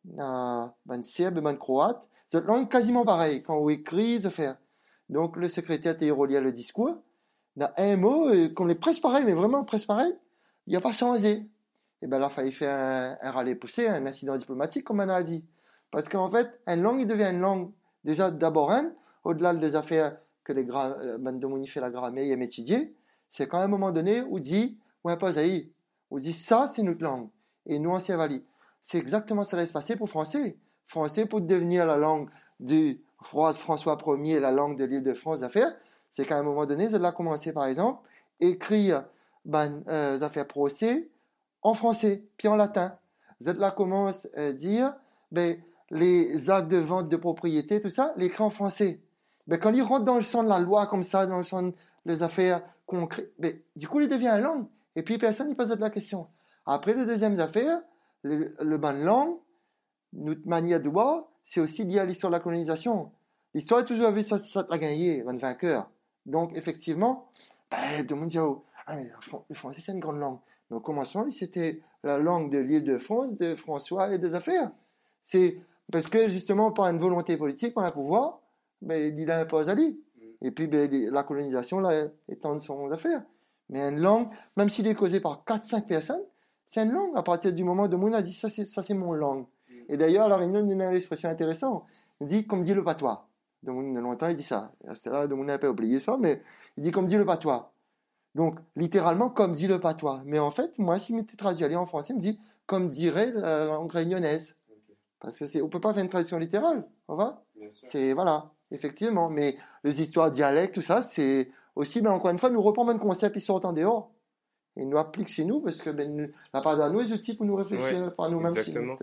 ban serbe et ban croate, c'est une langue quasiment pareille. Quand on écrit, ça fait. Donc, le secrétaire était relié le discours. Dans un mot, comme les presque pareil, mais vraiment presque pareil, il n'y a pas changé. Et ben là, il fallait faire un râler poussé, un incident diplomatique, comme on a dit. Parce qu'en fait, une langue, il devient une langue, déjà d'abord, au-delà des affaires que les Bandomoni fait la grammaire et étudier, c'est qu'à un moment donné, on dit, ouais, pas zaï, on dit ça, c'est notre langue. Et nous, on s'y valide. C'est exactement ça qui va se passer pour français. Français, pour devenir la langue du François Ier, la langue de l'Île-de-France d'affaires, c'est qu'à un moment donné, vous allez commencer, par exemple, écrire affaires procès en français, puis en latin. Vous allez commencer à dire, ben, les actes de vente de propriété, tout ça, l'écrit en français. Ben, quand il rentre dans le champ de la loi, comme ça, dans le champ des affaires concrètes, ben, du coup, il devient une langue. Et puis, personne ne pose de la question. Après, le deuxième affaire, le ban de langue, notre manière de voir, c'est aussi lié à l'histoire de la colonisation. L'histoire est toujours vue ça l'a gagné, un vainqueur. Donc, effectivement, ben, tout le monde dit, oh, ah, mais le français, c'est une grande langue. Mais au commencement, c'était la langue de l'Île-de-France, de François et des affaires. C'est parce que, justement, par une volonté politique, par un pouvoir, ben, il a imposé à lui. Et puis, ben, la colonisation, là, étend son affaire. Mais une langue, même s'il est causé par 4-5 personnes, c'est une langue. À partir du moment où on a dit, ça, c'est mon langue. Et d'ailleurs, à la Réunion, il y a une expression intéressante. Il dit, comme dit le patois. Donc, longtemps, il dit ça. C'est là, on n'a pas oublié ça, mais il dit, comme dit le patois. Donc, littéralement, comme dit le patois. Mais en fait, moi, si je m'étais traduit en français, il me dit, comme dirait la langue réunionnaise. Okay. Parce que on peut pas faire une traduction littérale. On va? C'est, voilà, effectivement. Mais les histoires dialectes, tout ça, c'est aussi, ben, encore une fois, nous reprendre un concept, ils sortent en dehors. Et nous appliquent chez nous, parce que, ben, la part de nous, les outils pour nous réfléchir par nous-mêmes. Exactement.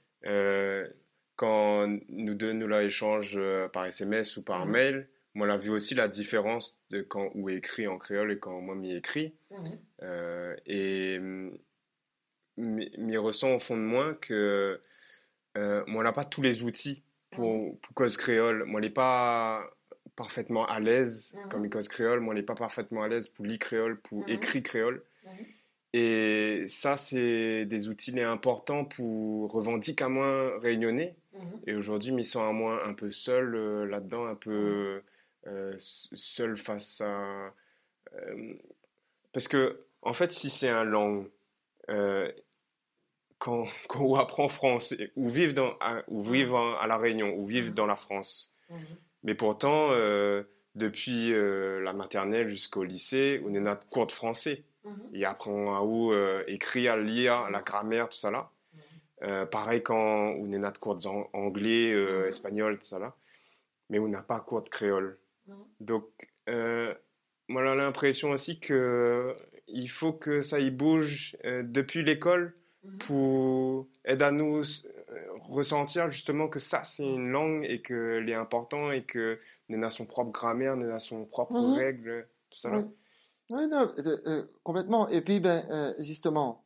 Quand nous deux, nous la échange par SMS ou par mail, moi, on a vu aussi la différence de quand où est écrit en créole et quand moi m'y écris. Et m'y ressent au fond de moi que moi, on n'a pas tous les outils pour cause créole. Moi, on n'est pas parfaitement à l'aise comme cause créole. Moi, on n'est pas parfaitement à l'aise pour lire créole, pour écrire créole. Et ça, c'est des outils importants pour revendiquer à moi réunionnais. Et aujourd'hui, je me sens à moi un peu seul là-dedans, un peu seul face à... parce que, en fait, si c'est un langue, quand on apprend français, ou vivre à La Réunion, ou vivre dans la France, mais pourtant, depuis la maternelle jusqu'au lycée, on est notre cours de français. Et apprend à où écrire, lire, la grammaire, tout ça là. Pareil quand on est notre cours d'anglais, espagnol, tout ça là. Mais on n'a pas cours de créole. Donc, moi j'ai l'impression aussi qu'il faut que ça y bouge depuis l'école pour aider à nous ressentir justement que ça c'est une langue et qu'elle est importante et qu'on a son propre grammaire, on a son propre règle, tout ça là. Oui, non, complètement. Et puis, ben, justement,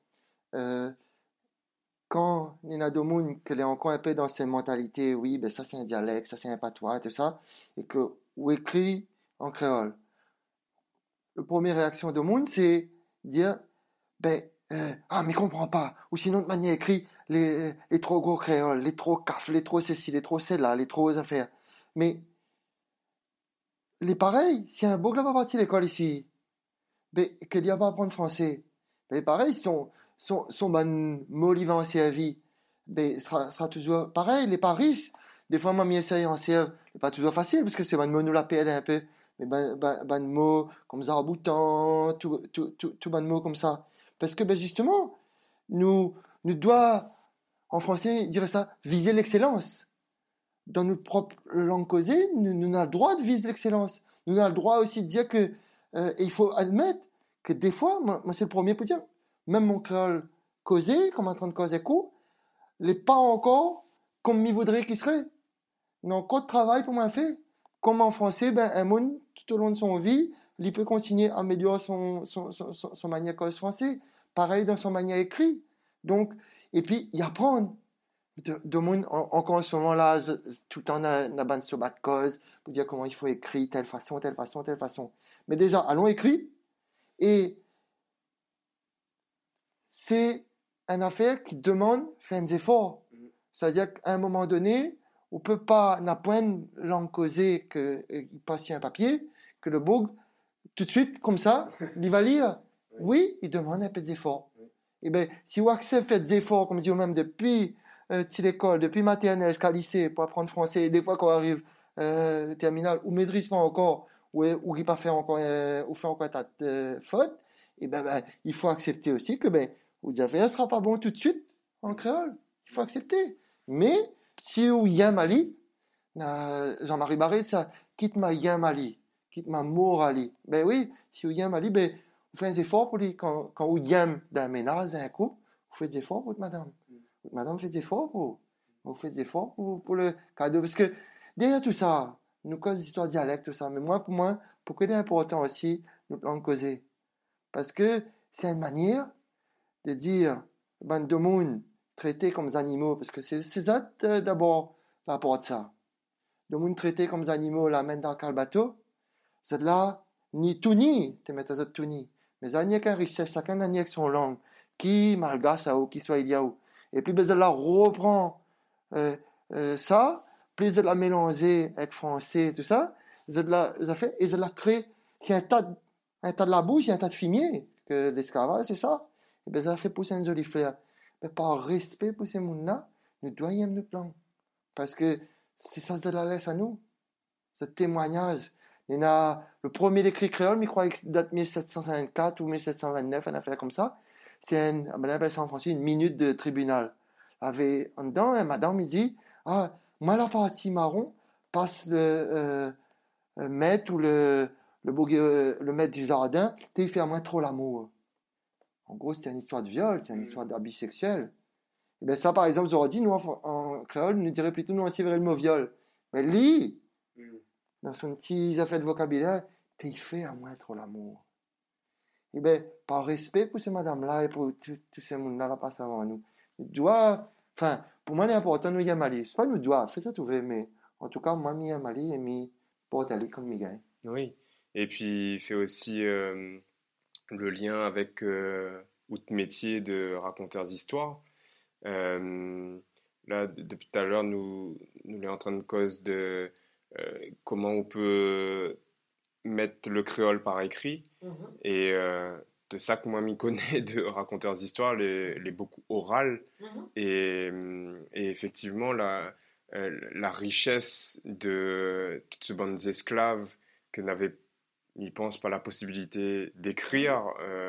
quand Nina Domoun, qu'elle est encore un peu dans ses mentalités, oui, ben ça c'est un dialecte, ça c'est un patois, tout ça, et que ou écrit en créole. La première réaction de Domoun, c'est dire, ben, mais comprends pas, ou sinon de manière écrit, les trop gros créoles, les trop caf, les trop ceci, les trop celle-là, les trop affaires. Mais, les pareils, si un beau va partir l'école ici, ben, qu'il n'y a pas à apprendre français. Ben, pareil, son mot vivant en vie, ben, sera toujours pareil. Les paris, des fois, moi, m'essaye en serve, c'est pas toujours facile, parce que c'est un mot nous la pède un peu. Mais ben mot comme Zaraboutan, tout ben mot comme ça. Parce que, ben, justement, nous doit, en français, dire ça, viser l'excellence. Dans notre propre langue causée, nous avons le droit de viser l'excellence. Nous avons le droit aussi de dire que et il faut admettre que des fois, moi c'est le premier pour dire, même mon créole causé, comme en train de causer coup, n'est pas encore comme il voudrait qu'il serait. Il y a encore de travail pour moi fait. Comme en français, ben, un monde, tout au long de son vie, il peut continuer à améliorer son manière cause français. Pareil dans son manière écrit. Donc, et puis, y apprendre. De monde, encore en ce moment-là, tout le temps, on a une bande sur bas de cause pour dire comment il faut écrire, telle façon. Mais déjà, allons écrire. Et c'est une affaire qui demande faire des efforts. C'est-à-dire qu'à un moment donné, on peut pas, n'a point une langue causée qu'il passe sur un papier, que le boug, tout de suite, comme ça, il va lire. Oui, il demande un peu d'effort. Et bien, si vous acceptez des efforts, comme je dis même depuis l'école, depuis maternelle jusqu'à lycée, pour apprendre français, et des fois qu'on arrive terminale, ou maîtrise pas encore, ou qui pas fait encore, ou fait encore un tas de fautes, et ben, il faut accepter aussi que ben, vous dites, ne sera pas bon tout de suite en créole. Il faut accepter. Mais, si vous y a Mali, Jean-Marie Barré, ça, quitte ma y a Mali, quitte ma morali. Ben oui, si vous y a Mali, ben, vous faites des efforts pour lui, quand vous y a d'un ménage, d'un couple, vous faites des efforts pour votre madame. Votre madame fait des efforts pour vous faites des efforts pour le cadeau. Parce que, derrière tout ça, nous cause l'histoire dialecte, tout ça. Mais moi, pour que c'est important aussi, notre langue causée. Parce que c'est une manière de dire, ben, de monde traités comme des animaux. Parce que c'est ça, d'abord, par rapport à ça. De monde traités comme des animaux, la main dans le bateau. C'est là, ni tout ni, tu mets ça tout ni. Mais ça n'y a qu'une richesse, chacun n'a avec son langue. Qui malgache ou qui soit idiot. Et puis, ben, là, reprend ça, puis de la mélanger avec français et tout ça, ça fait, et ça la crée, c'est un tas de la bouche, un tas de fumier, que l'esclavage, c'est ça. Et ben, ça fait pousser une jolie fleur. Mais par respect pour ces gens-là, nous devons aimer notre langue. Parce que c'est ça, ça la laisse à nous. Ce témoignage. Il y en a, le premier écrit créole, mais je crois que date 1754 ou 1729, une affaire comme ça. C'est on appelle ça en français une minute de tribunal. Avait, en dedans, madame, il dit, ah, moi, la partie marron, passe le maître ou le maître du jardin, il fait à moi trop l'amour. En gros, c'était une histoire de viol, c'est une histoire d'abus sexuel. Et bien ça, par exemple, j'aurais dit, nous, en créole, nous dirait plutôt, nous, on le mot viol. Mais lui, dans son petit affaire de vocabulaire, il fait à moi trop l'amour. Et bien, par respect pour ces madames-là et pour tous ces mondes-là, là, passent avant nous, il doit, enfin, pour moi, l'important, nous, y a Mali. C'est pas nous doit, fait ça tout fait, mais en tout cas, moi, mi à Mali et mi pour aller comme mi gagne. Oui. Et puis, il fait aussi le lien avec votre métier de raconteur d'histoire. Là, depuis tout à l'heure, nous sommes en train de cause de comment on peut mettre le créole par écrit. Et de ça que moi m'y connais de raconteurs d'histoire, les beaucoup orales. Et effectivement, la richesse de toutes ces bandes esclaves que n'avaient, ils pensent, pas la possibilité d'écrire,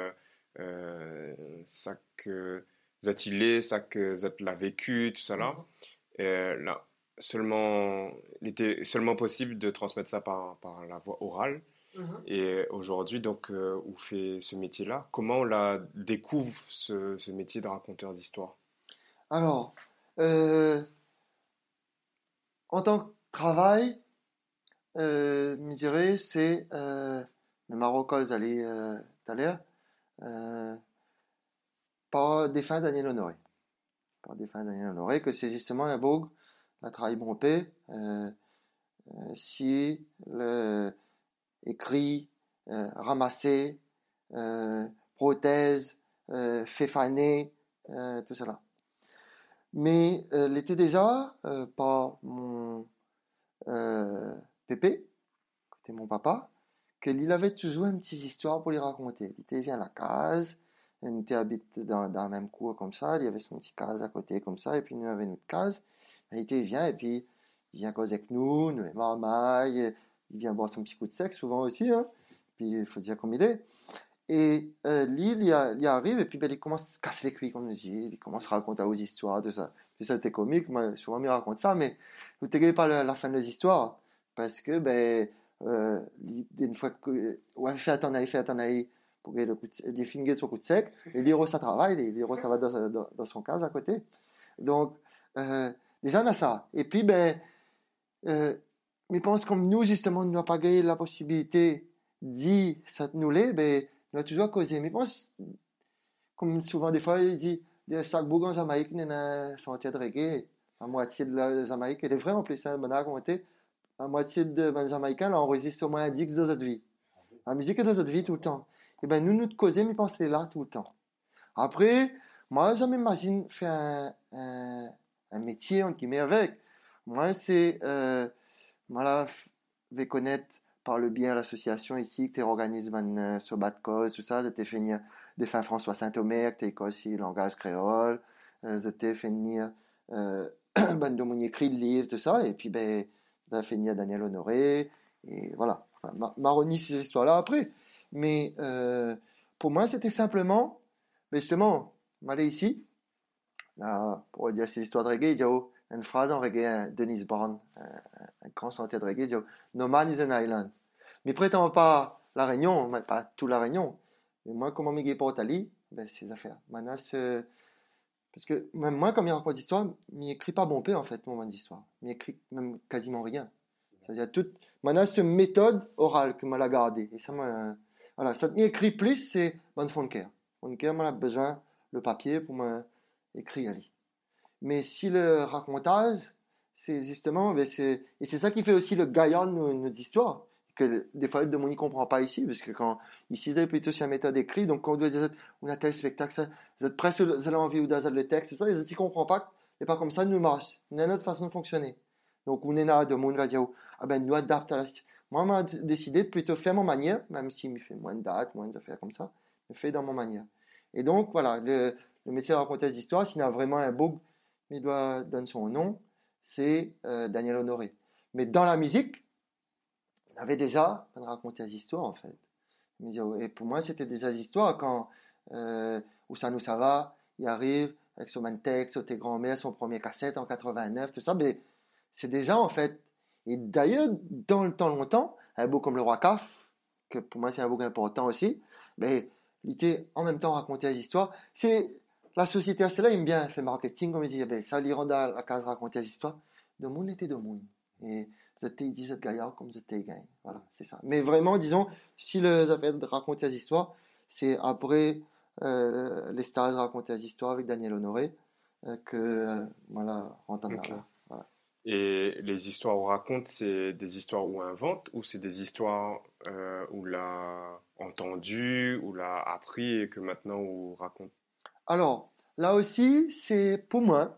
ça que Zatilé, ça que Zat l'a vécu, tout ça là. Là, il était seulement possible de transmettre ça par la voie orale. Et aujourd'hui, donc, on fait ce métier-là. Comment on la découvre, ce métier de raconteur d'histoire? Alors, en tant que travail, je dirais, c'est le Maroc, vous allez tout à l'heure, par des fins Daniel Honoré. Par des fins Daniel Honoré, que c'est justement un boug, la travail brompé, si le écrit, ramassé, prothèse, fait faner, tout cela. Mais l'était déjà par mon Pépé, qui était mon papa, qu'il avait toujours une petite histoire pour lui raconter. Il était vient à la case, il était habite dans la même cour comme ça, il y avait son petit case à côté comme ça, et puis nous avions notre case. Il était vient et puis il vient causer avec nous les marmailles, il vient boire son petit coup de sec souvent aussi, hein. Puis il faut dire comme il est. Et lui, il y arrive et puis ben, il commence à se casser les cuits, comme on dit, il commence à raconter aux histoires, tout ça. Puis ça, c'était comique, moi, souvent, il raconte ça, mais vous ne tegez pas la fin des histoires, parce que, ben, une fois que, ouais, fais attendre, pour que les fingers son coup de sec, et l'héros, ça travaille, l'héros, ça va dans son cas à côté. Donc, déjà, on a ça. Et puis, ben, mais je pense comme nous, justement, on n'a pas gagné la possibilité d'y s'atteler, ben, on a toujours causé. Mais je pense, comme souvent des fois, il dit, chaque bougon en Jamaïque, il y a un sentier de reggae. La moitié de la Jamaïque, elle est vraie en plus, hein, on a raconté. La moitié de ben, Jamaïcains, là, enregistre au moins un disque de notre vie. La musique est dans notre vie tout le temps. Et ben, nous causer, mais je pense qu'elle est là tout le temps. Après, moi, je m'imagine faire un un métier, entre guillemets, avec. Moi, c'est, voilà, vais connaître par le biais de l'association ici, que tu organises un sobat de cause, tout ça, de te finir des fins François Saint-Omer, que tu aussi le langage créole, de te finir, ben, de mon écrit de livre, tout ça, et puis, ben, de finir Daniel Honoré, et voilà. Enfin, Maroni, ces histoires-là après. Mais, pour moi, c'était simplement, mais justement, m'aller ici, là, pour dire ces histoires de reggae, il y a une phrase en reggae, Dennis Brown, un grand chanteur de reggae, il dit No man is an island. Mais prétends pas la Réunion, pas tout la Réunion. Mais moi, comment m'y pour Italie, ben, ces affaires. Maintenant, parce que même moi, comme il raconte d'histoire, il écrit pas bon paix en fait, mon d'histoire. Il écrit même quasiment rien. C'est-à-dire toute, maintenant, c'est une méthode orale que m'a la gardée. Et ça m'a, voilà, ça m'écrit plus, c'est bonne Fonker. Fonker, moi, a besoin le papier pour m'écrire aller. Mais si le racontage, c'est justement, ben et c'est ça qui fait aussi le gaillard de nos histoires, que des fois, de mon n'y comprend pas ici, parce que quand, ici, c'est plutôt sur la méthode écrite, donc quand on doit dire, on a tel spectacle, ça, vous êtes presque, vous avez envie ou le texte, ça, les autres, ils comprennent pas, et pas comme ça, nous marche. On a notre façon de fonctionner. Donc, on est là, de monde va dire, ah ben, nous adapte à la situation. Moi, on m'a décidé de plutôt faire mon manière, même s'il me fait moins de dates, moins d'affaires comme ça, je fais dans mon manière. Et donc, voilà, le métier de raconter des histoires, s'il a vraiment un beau, il doit donner son nom, c'est Daniel Honoré. Mais dans la musique, on avait déjà raconté des histoires en fait. Et pour moi, c'était déjà des histoires quand Oussano Sava, il arrive avec son Mantex, tes grand-mères, son premier cassette en 89, tout ça, mais c'est déjà en fait. Et d'ailleurs, dans le temps longtemps, un beau comme le Roi Caf, que pour moi c'est un beau important aussi, mais il était en même temps raconter des histoires. C'est la société à cela aime bien faire marketing, comme il dit, ben, ça lui rend à la case raconter des histoires. De monde était de monde. Et c'était dit cette gaillard comme c'était gagne. Voilà, c'est ça. Mais vraiment, disons, si les affaires de raconter des histoires, c'est après les stages raconter des histoires avec Daniel Honoré que voilà, rentre dans Ok. là. Voilà. Et les histoires où raconte, c'est des histoires où invente ou c'est des histoires où l'a entendu, où l'a appris et que maintenant on raconte? Alors, là aussi, c'est pour moi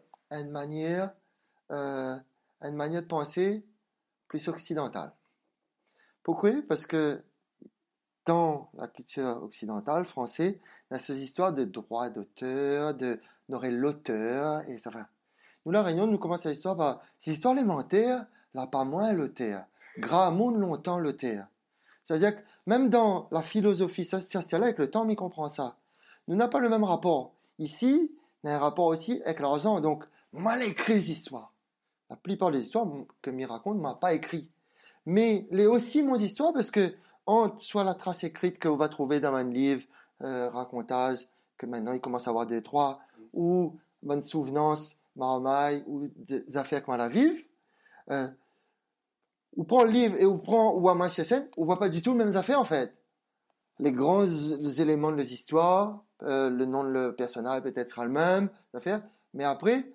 euh, une manière de penser plus occidentale. Pourquoi? Parce que dans la culture occidentale, française, il y a ces histoires de droit d'auteur, de n'aurait l'auteur, et ça va. Nous, la Réunion, nous commence l'histoire par ces histoires élémentaires, là, pas moins l'auteur. Gramoun longtemps l'auteur. C'est-à-dire que même dans la philosophie sociale, avec le temps, on y comprend ça. Nous n'avons pas le même rapport. Ici, on a un rapport aussi avec l'argent. Donc, mal écrit les histoires. La plupart des histoires que m'y raconte, m'a pas écrit. Mais les aussi mon histoire parce que entre soit la trace écrite que vous va trouver dans un livre, racontage, que maintenant il commence à avoir des droits, ou bonne souvenance, marmaille, ou des affaires qu'on la vive, euh, ou prend le livre et ou prend ou à Manchester, on voit pas du tout les mêmes affaires en fait. Les grands éléments de l'histoire, le nom de le personnage peut-être sera le même, l'affaire, mais après,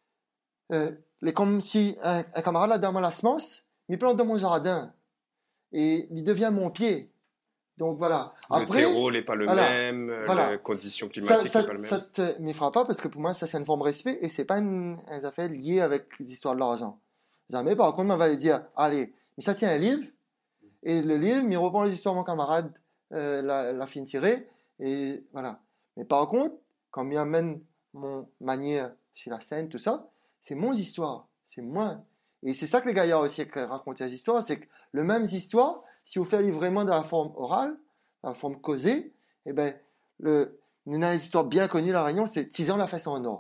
les comme si un camarade là dans la semence, il plante dans mon jardin et il devient mon pied. Donc voilà. Le Après, terreau n'est pas le voilà, même, les voilà. conditions Ça, climatiques n'est ça, pas le même. ça te m'y fera pas parce que pour moi, ça c'est une forme de respect et c'est pas une affaire liée avec les histoires de l'argent. Jamais. Par contre, on va aller dire, allez, mais ça tient un livre et le livre, il reprend les histoires de mon camarade, la fin tirée et voilà. Mais par contre, quand il amène mon manière chez la scène, tout ça, c'est mon histoire, c'est moi. Et c'est ça que les gaillards aussi racontent les histoires, c'est que le même histoire, si vous faites vraiment dans la forme orale, dans la forme causée, eh ben, une histoire bien connue, la Réunion, c'est Tizan la fesse en or.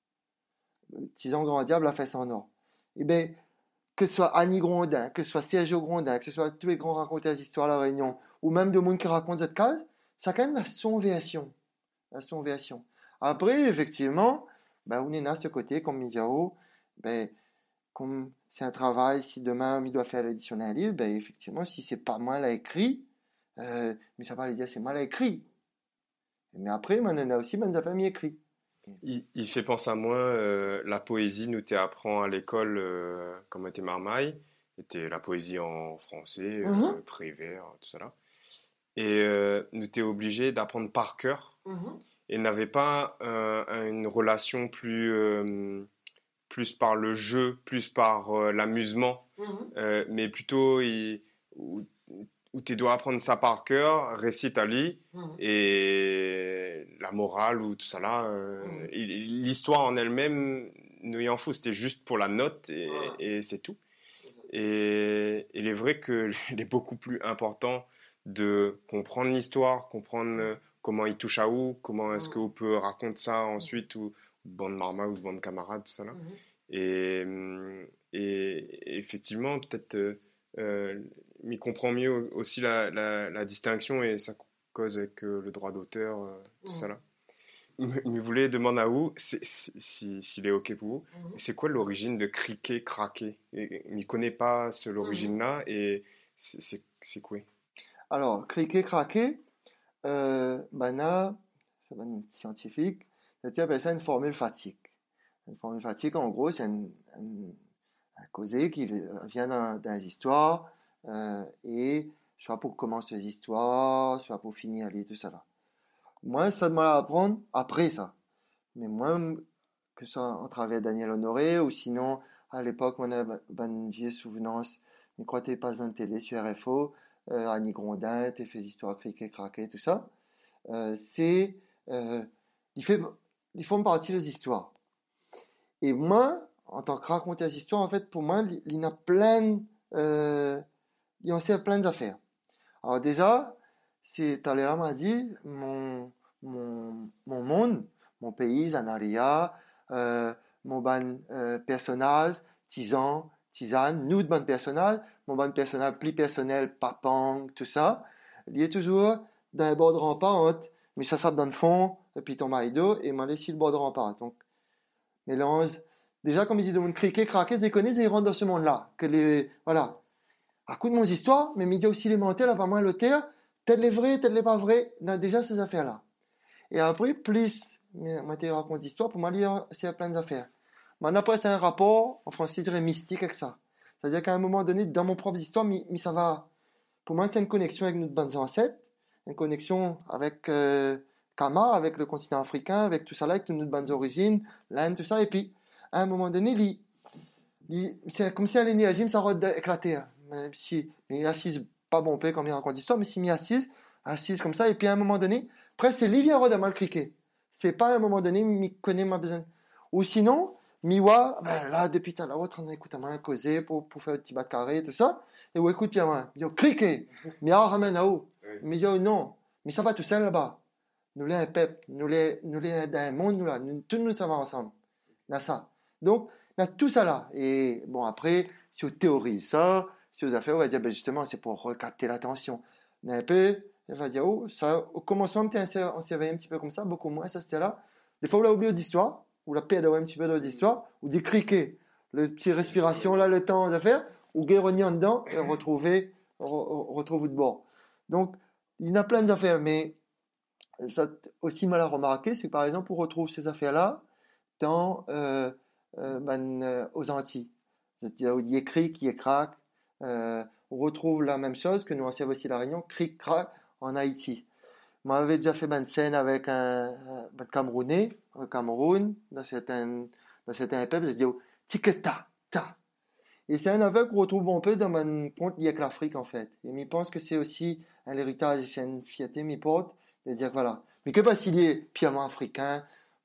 Tizan Grand Diable la fesse en or. Eh ben, que ce soit Annie Grondin, que ce soit Sergio Grondin, que ce soit tous les grands raconteurs d'histoire de la Réunion, ou même de monde qui raconte cette case, chacun a son version. A son version. Après, effectivement, ben, on est là, ce côté, comme Miziao, ben, comme c'est un travail, si demain il doit faire l'édition d'un livre, ben, effectivement, si c'est pas mal à écrit, mais ça va lui dire c'est mal à écrit. Mais après, on en a aussi, ben, ça mis écrit. Il fait penser à moi, la poésie, nous t'apprend à l'école, comme était Marmaille, était la poésie en français, Mhm, Prévert, tout ça là. Et nous t'es obligé d'apprendre par cœur mhm. et n'avait pas une relation plus par le jeu, plus par l'amusement, mais plutôt où tu dois apprendre ça par cœur, récite à lit, et la morale ou tout ça là, l'histoire en elle-même, nous y en fout, c'était juste pour la note et c'est tout. Et il est vrai qu'il est beaucoup plus important de comprendre l'histoire, comprendre comment il touche à où, comment est-ce qu'on peut raconter ça ensuite, ou bande marma ou bande camarade, tout ça là. Et effectivement, peut-être, il comprend mieux aussi la distinction et sa cause avec le droit d'auteur, tout ça là. Il voulait demander à vous s'il est OK pour vous. C'est quoi l'origine de criquet craquer? Il ne connaît pas l'origine là et c'est quoi? Alors, criquet craquer, Bana, c'est un scientifique, tu appelle ça une formule fatigue. Une formule fatigue, en gros, c'est un causé qui vient dans les histoires, et soit pour commencer les histoires, soit pour finir les tout ça là. Moi, ça demande à apprendre après ça. Mais moi, que ce soit en travers Daniel Honoré, ou sinon, à l'époque, on a une vieille souvenance, je crois que tu passes dans la télé sur RFO, Annie Grondin, tu fais histoires criquet, craquet, tout ça. Ils font partie des histoires. Et moi, en tant que raconteur d'histoire, en fait, pour moi, il y en a plein, il en sait plein d'affaires. Alors déjà, Talleyrand m'a dit, mon monde, mon pays, Zanaria, mon ban personnage, tisane, nous de ban personnage, mon ban personnage plus personnel, papang, tout ça, il est toujours dans le bord de rempart, mais ça sape dans le fond, et puis ton marido, et m'a laissé le bord de rempart. Donc, mélange. Déjà, comme ils disent, de mon criquet, craquet, ils connaissent, ils rentrent dans ce monde-là. Voilà. À coup de mon histoire, mais il y a aussi les menteurs, là, pas moins l'auteur, peut-être les vrais, peut-être les pas vrais, on a déjà ces affaires-là. Et après, plus, moi, tu racontes l'histoire, pour moi, c'est plein d'affaires. Mais après, c'est un rapport, en français, je dirais mystique avec ça. C'est-à-dire qu'à un moment donné, dans mon propre histoire, mais ça va. Pour moi, c'est une connexion avec notre bonnes ancêtres, une connexion avec Kama, avec le continent africain, avec tout ça là, avec toutes nos bonnes origines, l'Inde, tout ça. Et puis, à un moment donné, c'est comme si l'énergie, ça aurait éclaté. Même si il est assise, pas bon peu comme il raconte l'histoire, mais s'il m'y assise comme ça, et puis à un moment donné, presque c'est lui vient de mal criquer. C'est pas à un moment donné, il connaît ma besoin. Ou sinon, Miwa, là, depuis tout à l'heure, on écoute à moi causer pour faire un petit bas de carré, tout ça, et on écoute bien moi, il dit, criquer, mais ramène à où? Mais il dit, non, mais ça va tout seul là-bas. Nous les un peuple, nous les dans un monde, nous là, tous nous savons ensemble. Là, ça. Donc, on a tout ça là. Et bon, après, si on théorise ça, si vous avez fait, on va dire, justement, c'est pour recapter l'attention. Mais un peu, on va dire, ça, au commencement, on s'y réveillait un petit peu comme ça, beaucoup moins, ça c'était là. Des fois, on l'a oublié d'histoire, ou la paix d'avoir un petit peu d'histoire, ou des criquets, le petit respiration là, le temps à faire, ou guéronner en dedans, et retrouve de bord. Donc, il y en a plein d'affaires, mais ça aussi mal à remarquer, c'est que par exemple, on retrouve ces affaires-là dans aux Antilles. C'est-à-dire, il y a cric, il y a crac. On retrouve la même chose que nous on sait aussi la Réunion, cric, crac en Haïti. Moi, j'avais déjà fait une scène avec un Camerounais, au Cameroun, dans certains peuples, c'est-à-dire, tiketa, ta. Et c'est un aveugle qu'on retrouve un peu dans mon ponte lié avec l'Afrique, en fait. Et je pense que c'est aussi un héritage, c'est une fierté, mi porte, de dire, voilà. Mais que pas s'il est purement africain,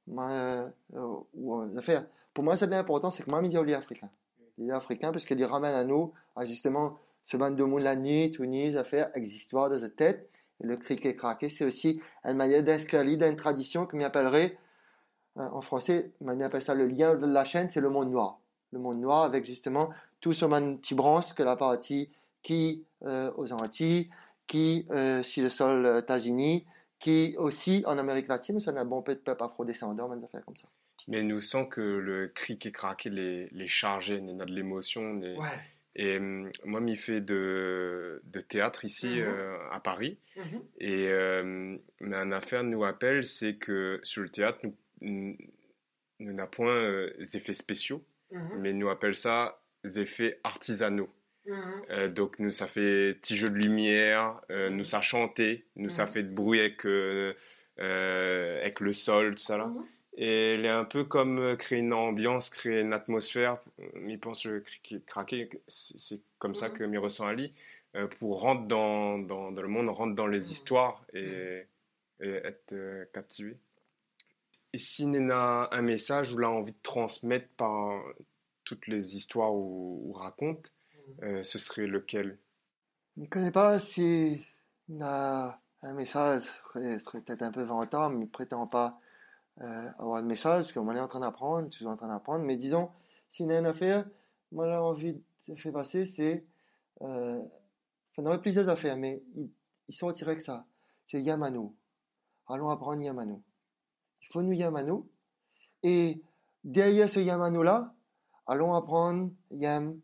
ou affaire. Pour moi, c'est important, c'est que moi, je dis africain. Il est africain parce qu'il ramène à nous, à justement, ce bande de monde, la nuit, Tunis, affaire, existtoire de cette tête. Et le criquet craqué, c'est aussi une manière d'inscrire dans une tradition que m'appellerait, en français, m'appelle ça le lien de la chaîne, c'est le monde noir. Le monde noir avec justement tout ce petit branche que la partie qui aux Antilles, qui sur le sol États-Unis, qui aussi en Amérique latine, mais ça a un bon peu de peuples afro-descendants, même affaires comme ça. Mais nous sent que le criquet craqué les chargé, il a de l'émotion. Ouais. Et moi, m'y fait de théâtre ici à Paris. Et mais une affaire nous appelle, c'est que sur le théâtre, nous n'avons point des effets spéciaux, mais nous appelle ça des effets artisanaux. Donc nous ça fait petit jeu de lumière, nous ça chanter, nous ça fait de bruit avec le sol, tout ça là. Et elle est un peu comme créer une ambiance, créer une atmosphère. Il pense craquer, c'est comme ça que m'y ressent Ali, pour rentrer dans le monde, rentrer dans les histoires et être captivé. Et si Nena a un message ou l'a envie de transmettre par toutes les histoires ou raconte, ce serait lequel? Je ne connais pas si un message serait peut-être un peu vantant, mais il ne prétend pas avoir de message, parce qu'on est en train d'apprendre, tu es en train d'apprendre, mais disons, s'il y a une affaire, moi j'ai envie de faire passer, c'est, enfin, il y aurait plusieurs affaires, mais ils sont tirés que ça, c'est Yamano. Allons apprendre Yamano. Il faut nous Yamano, et derrière ce Yamano-là, allons apprendre Yam,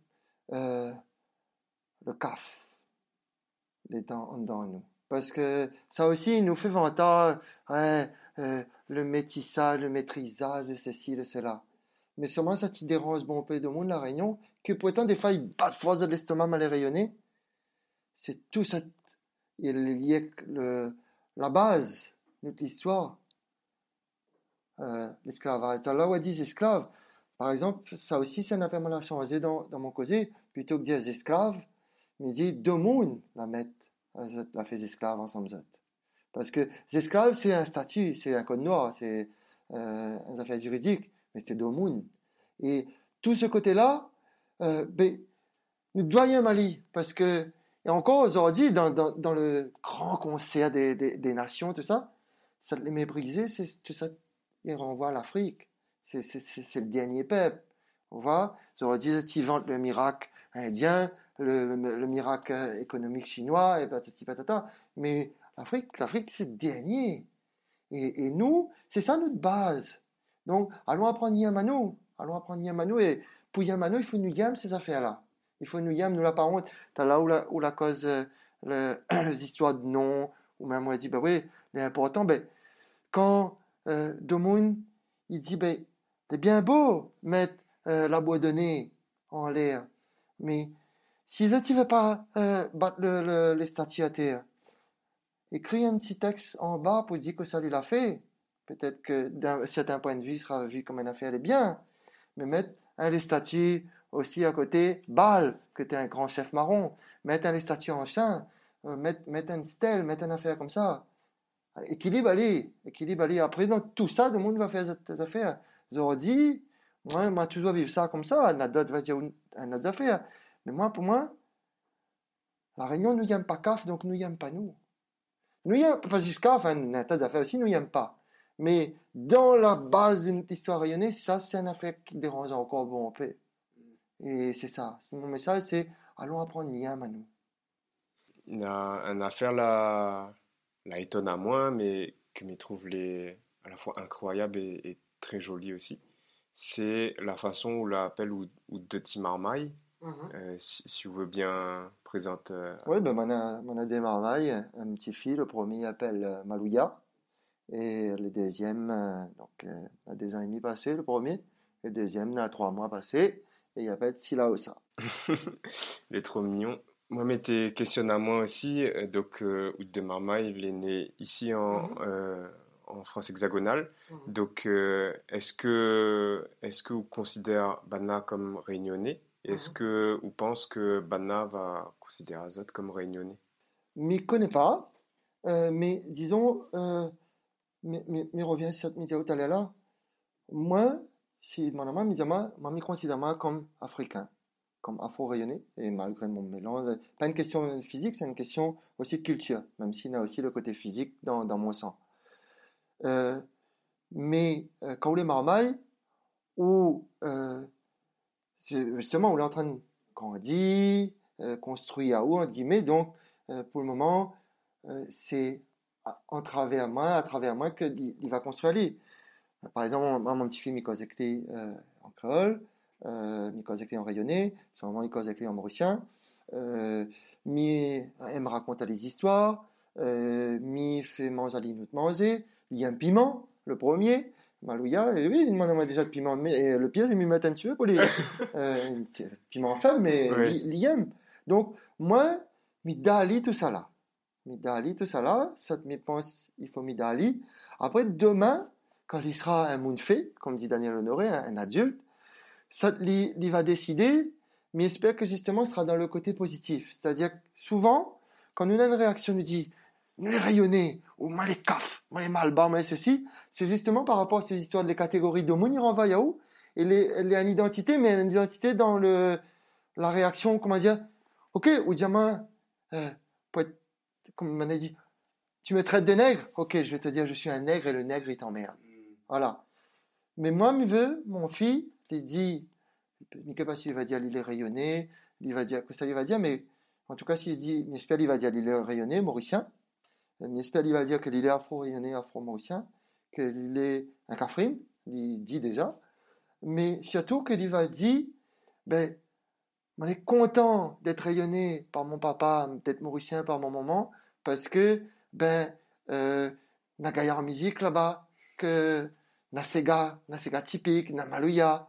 le Kaf, les dents en dedans nous. Parce que ça aussi, il nous fait vanter ouais, le métissage, le maîtrisage de ceci, de cela. Mais sûrement, ça te dérange bon peu de monde, la Réunion, que pourtant, des fois, il bat de force de l'estomac mal rayonner. C'est tout ça, il est lié avec la base de notre histoire, l'esclavage. Dans là où ils disent esclaves, par exemple, ça aussi, c'est une affaire mal à changer dans mon causé, plutôt que dire esclaves, mais dire deux mondes la mettre, la fait esclave ensemble. Parce que les esclaves, c'est un statut, c'est un code noir, c'est une affaire juridique, mais c'est deux mondes. Et tout ce côté-là, ben, nous doyons Mali, parce que, et encore aujourd'hui, dans le grand concert des nations, tout ça, ça les mépriser, c'est tout ça, il renvoie à l'Afrique. C'est le dernier peuple. On voit, aujourd'hui, ils vantent le miracle indien, le miracle économique chinois, et patati patata. Mais l'Afrique, c'est le dernier. Et nous, c'est ça notre base. Donc, allons apprendre Yamano. Allons apprendre Yamano. Et pour Yamano, il faut nous yam ces affaires-là. Il faut nous yam, nous la par honte. T'as là où la cause, les histoires de nom, ou même on a dit, bah oui, l'important, ben, quand Domoun, il dit, ben, c'est bien beau mettre la boîte de nez en l'air, mais si tu ne veux pas battre les statues à terre, écris un petit texte en bas pour dire que ça lui l'a fait. Peut-être que d'un certain point de vue, il sera vu comme une affaire de bien, mais mettre les statues aussi à côté, balle, que tu es un grand chef marron, mettre les statues en chien, mettre une stèle, mettre une affaire comme ça. Équilibre, allez. Après, dans tout ça, le monde va faire des affaires. Ils auront dit, moi, toujours vivre ça comme ça, d'autres va dire une autre affaire. Mais moi, pour moi, la Réunion, nous n'aime pas CAF, donc nous n'aime pas nous. Nous n'aime pas jusqu'à, enfin, un tas d'affaires aussi, nous n'aime pas. Mais dans la base de notre histoire rayonnée, ça, c'est une affaire qui dérange encore bon peu. Et c'est ça. Mon message, c'est, allons apprendre Niam à nous. Il y a une affaire là, la étonne à moi, mais que je trouve à la fois incroyable et très jolie aussi. C'est la façon où l'appelle ou de Timarmaï. Si vous voulez bien présenter. Oui, ben, on a des marmailles, un petit fils, le premier il appelle Malouya, et le deuxième, a 2 ans et demi passé, le premier, et le deuxième, il a 3 mois passé, et il appelle Silaosa. Il est trop mignon. Moi, mais tes questions à moi aussi. Donc, Oud de Marmaille, il est né ici en France hexagonale. Donc, est-ce que vous considérez Banna comme réunionnais? Et est-ce que vous pensez que Banna va considérer Azot comme réunionnais? Mais connais pas, mais disons, mais revient sur cette média où t'allais là, moi, si mon maman me dit, moi, me considère moi comme africain, comme afro-rayonné, et malgré mon mélange, pas une question physique, c'est une question aussi de culture, même s'il y a aussi le côté physique dans mon sang. Mais quand on est marmaille, où c'est justement où on est en train de grandir, construire à haut, entre guillemets, donc pour le moment, c'est à travers moi qu'il va construire lui. Par exemple, moi, mon petit film, il cause écrit en créole, il cause écrit en rayonnais, son moment, il cause écrit en mauricien, mi elle me raconte les histoires, mi fait manger à nous de manger, il y a un piment, le premier, Malouya, et oui, il demande déjà de piment, mais le pire, il me met un petit peu pour les piment faible, mais Oui. il aime. Donc, moi, mi dali tout ça là. Mi dali tout ça là, ça me pense, il faut mi dali. Après, demain, quand il sera un monde fait, comme dit Daniel Honoré, un adulte, ça, il va décider, mais j'espère que justement, il sera dans le côté positif. C'est-à-dire que souvent, quand nous avons une réaction, nous dit, nous les rayonnés, ou moi les caf, moi les malbas, moi les ceci, c'est justement par rapport à ces histoires de les catégories de monde, il renvoie à où, et les une identité, mais une identité dans la réaction, comment dire, ok, ou diamant, pour être, comme on a dit, tu me traites de nègre, ok, je vais te dire, je suis un nègre et le nègre il t'emmerde. Voilà. Mais moi, mon fils, il dit, je ne sais pas s'il va dire il est rayonné, il va dire que ça il va dire, mais en tout cas, s'il dit, j'espère il va dire il est rayonné, mauricien, j'espère il va dire qu'il est afro-rayonné, afro-mauricien, qu'il est un cafrine, il dit déjà, mais surtout qu'il va dire, ben, on est content d'être rayonné par mon papa, d'être mauricien par mon maman, parce que, ben, na gaillard en musique là-bas, que na sega typique, na malouya,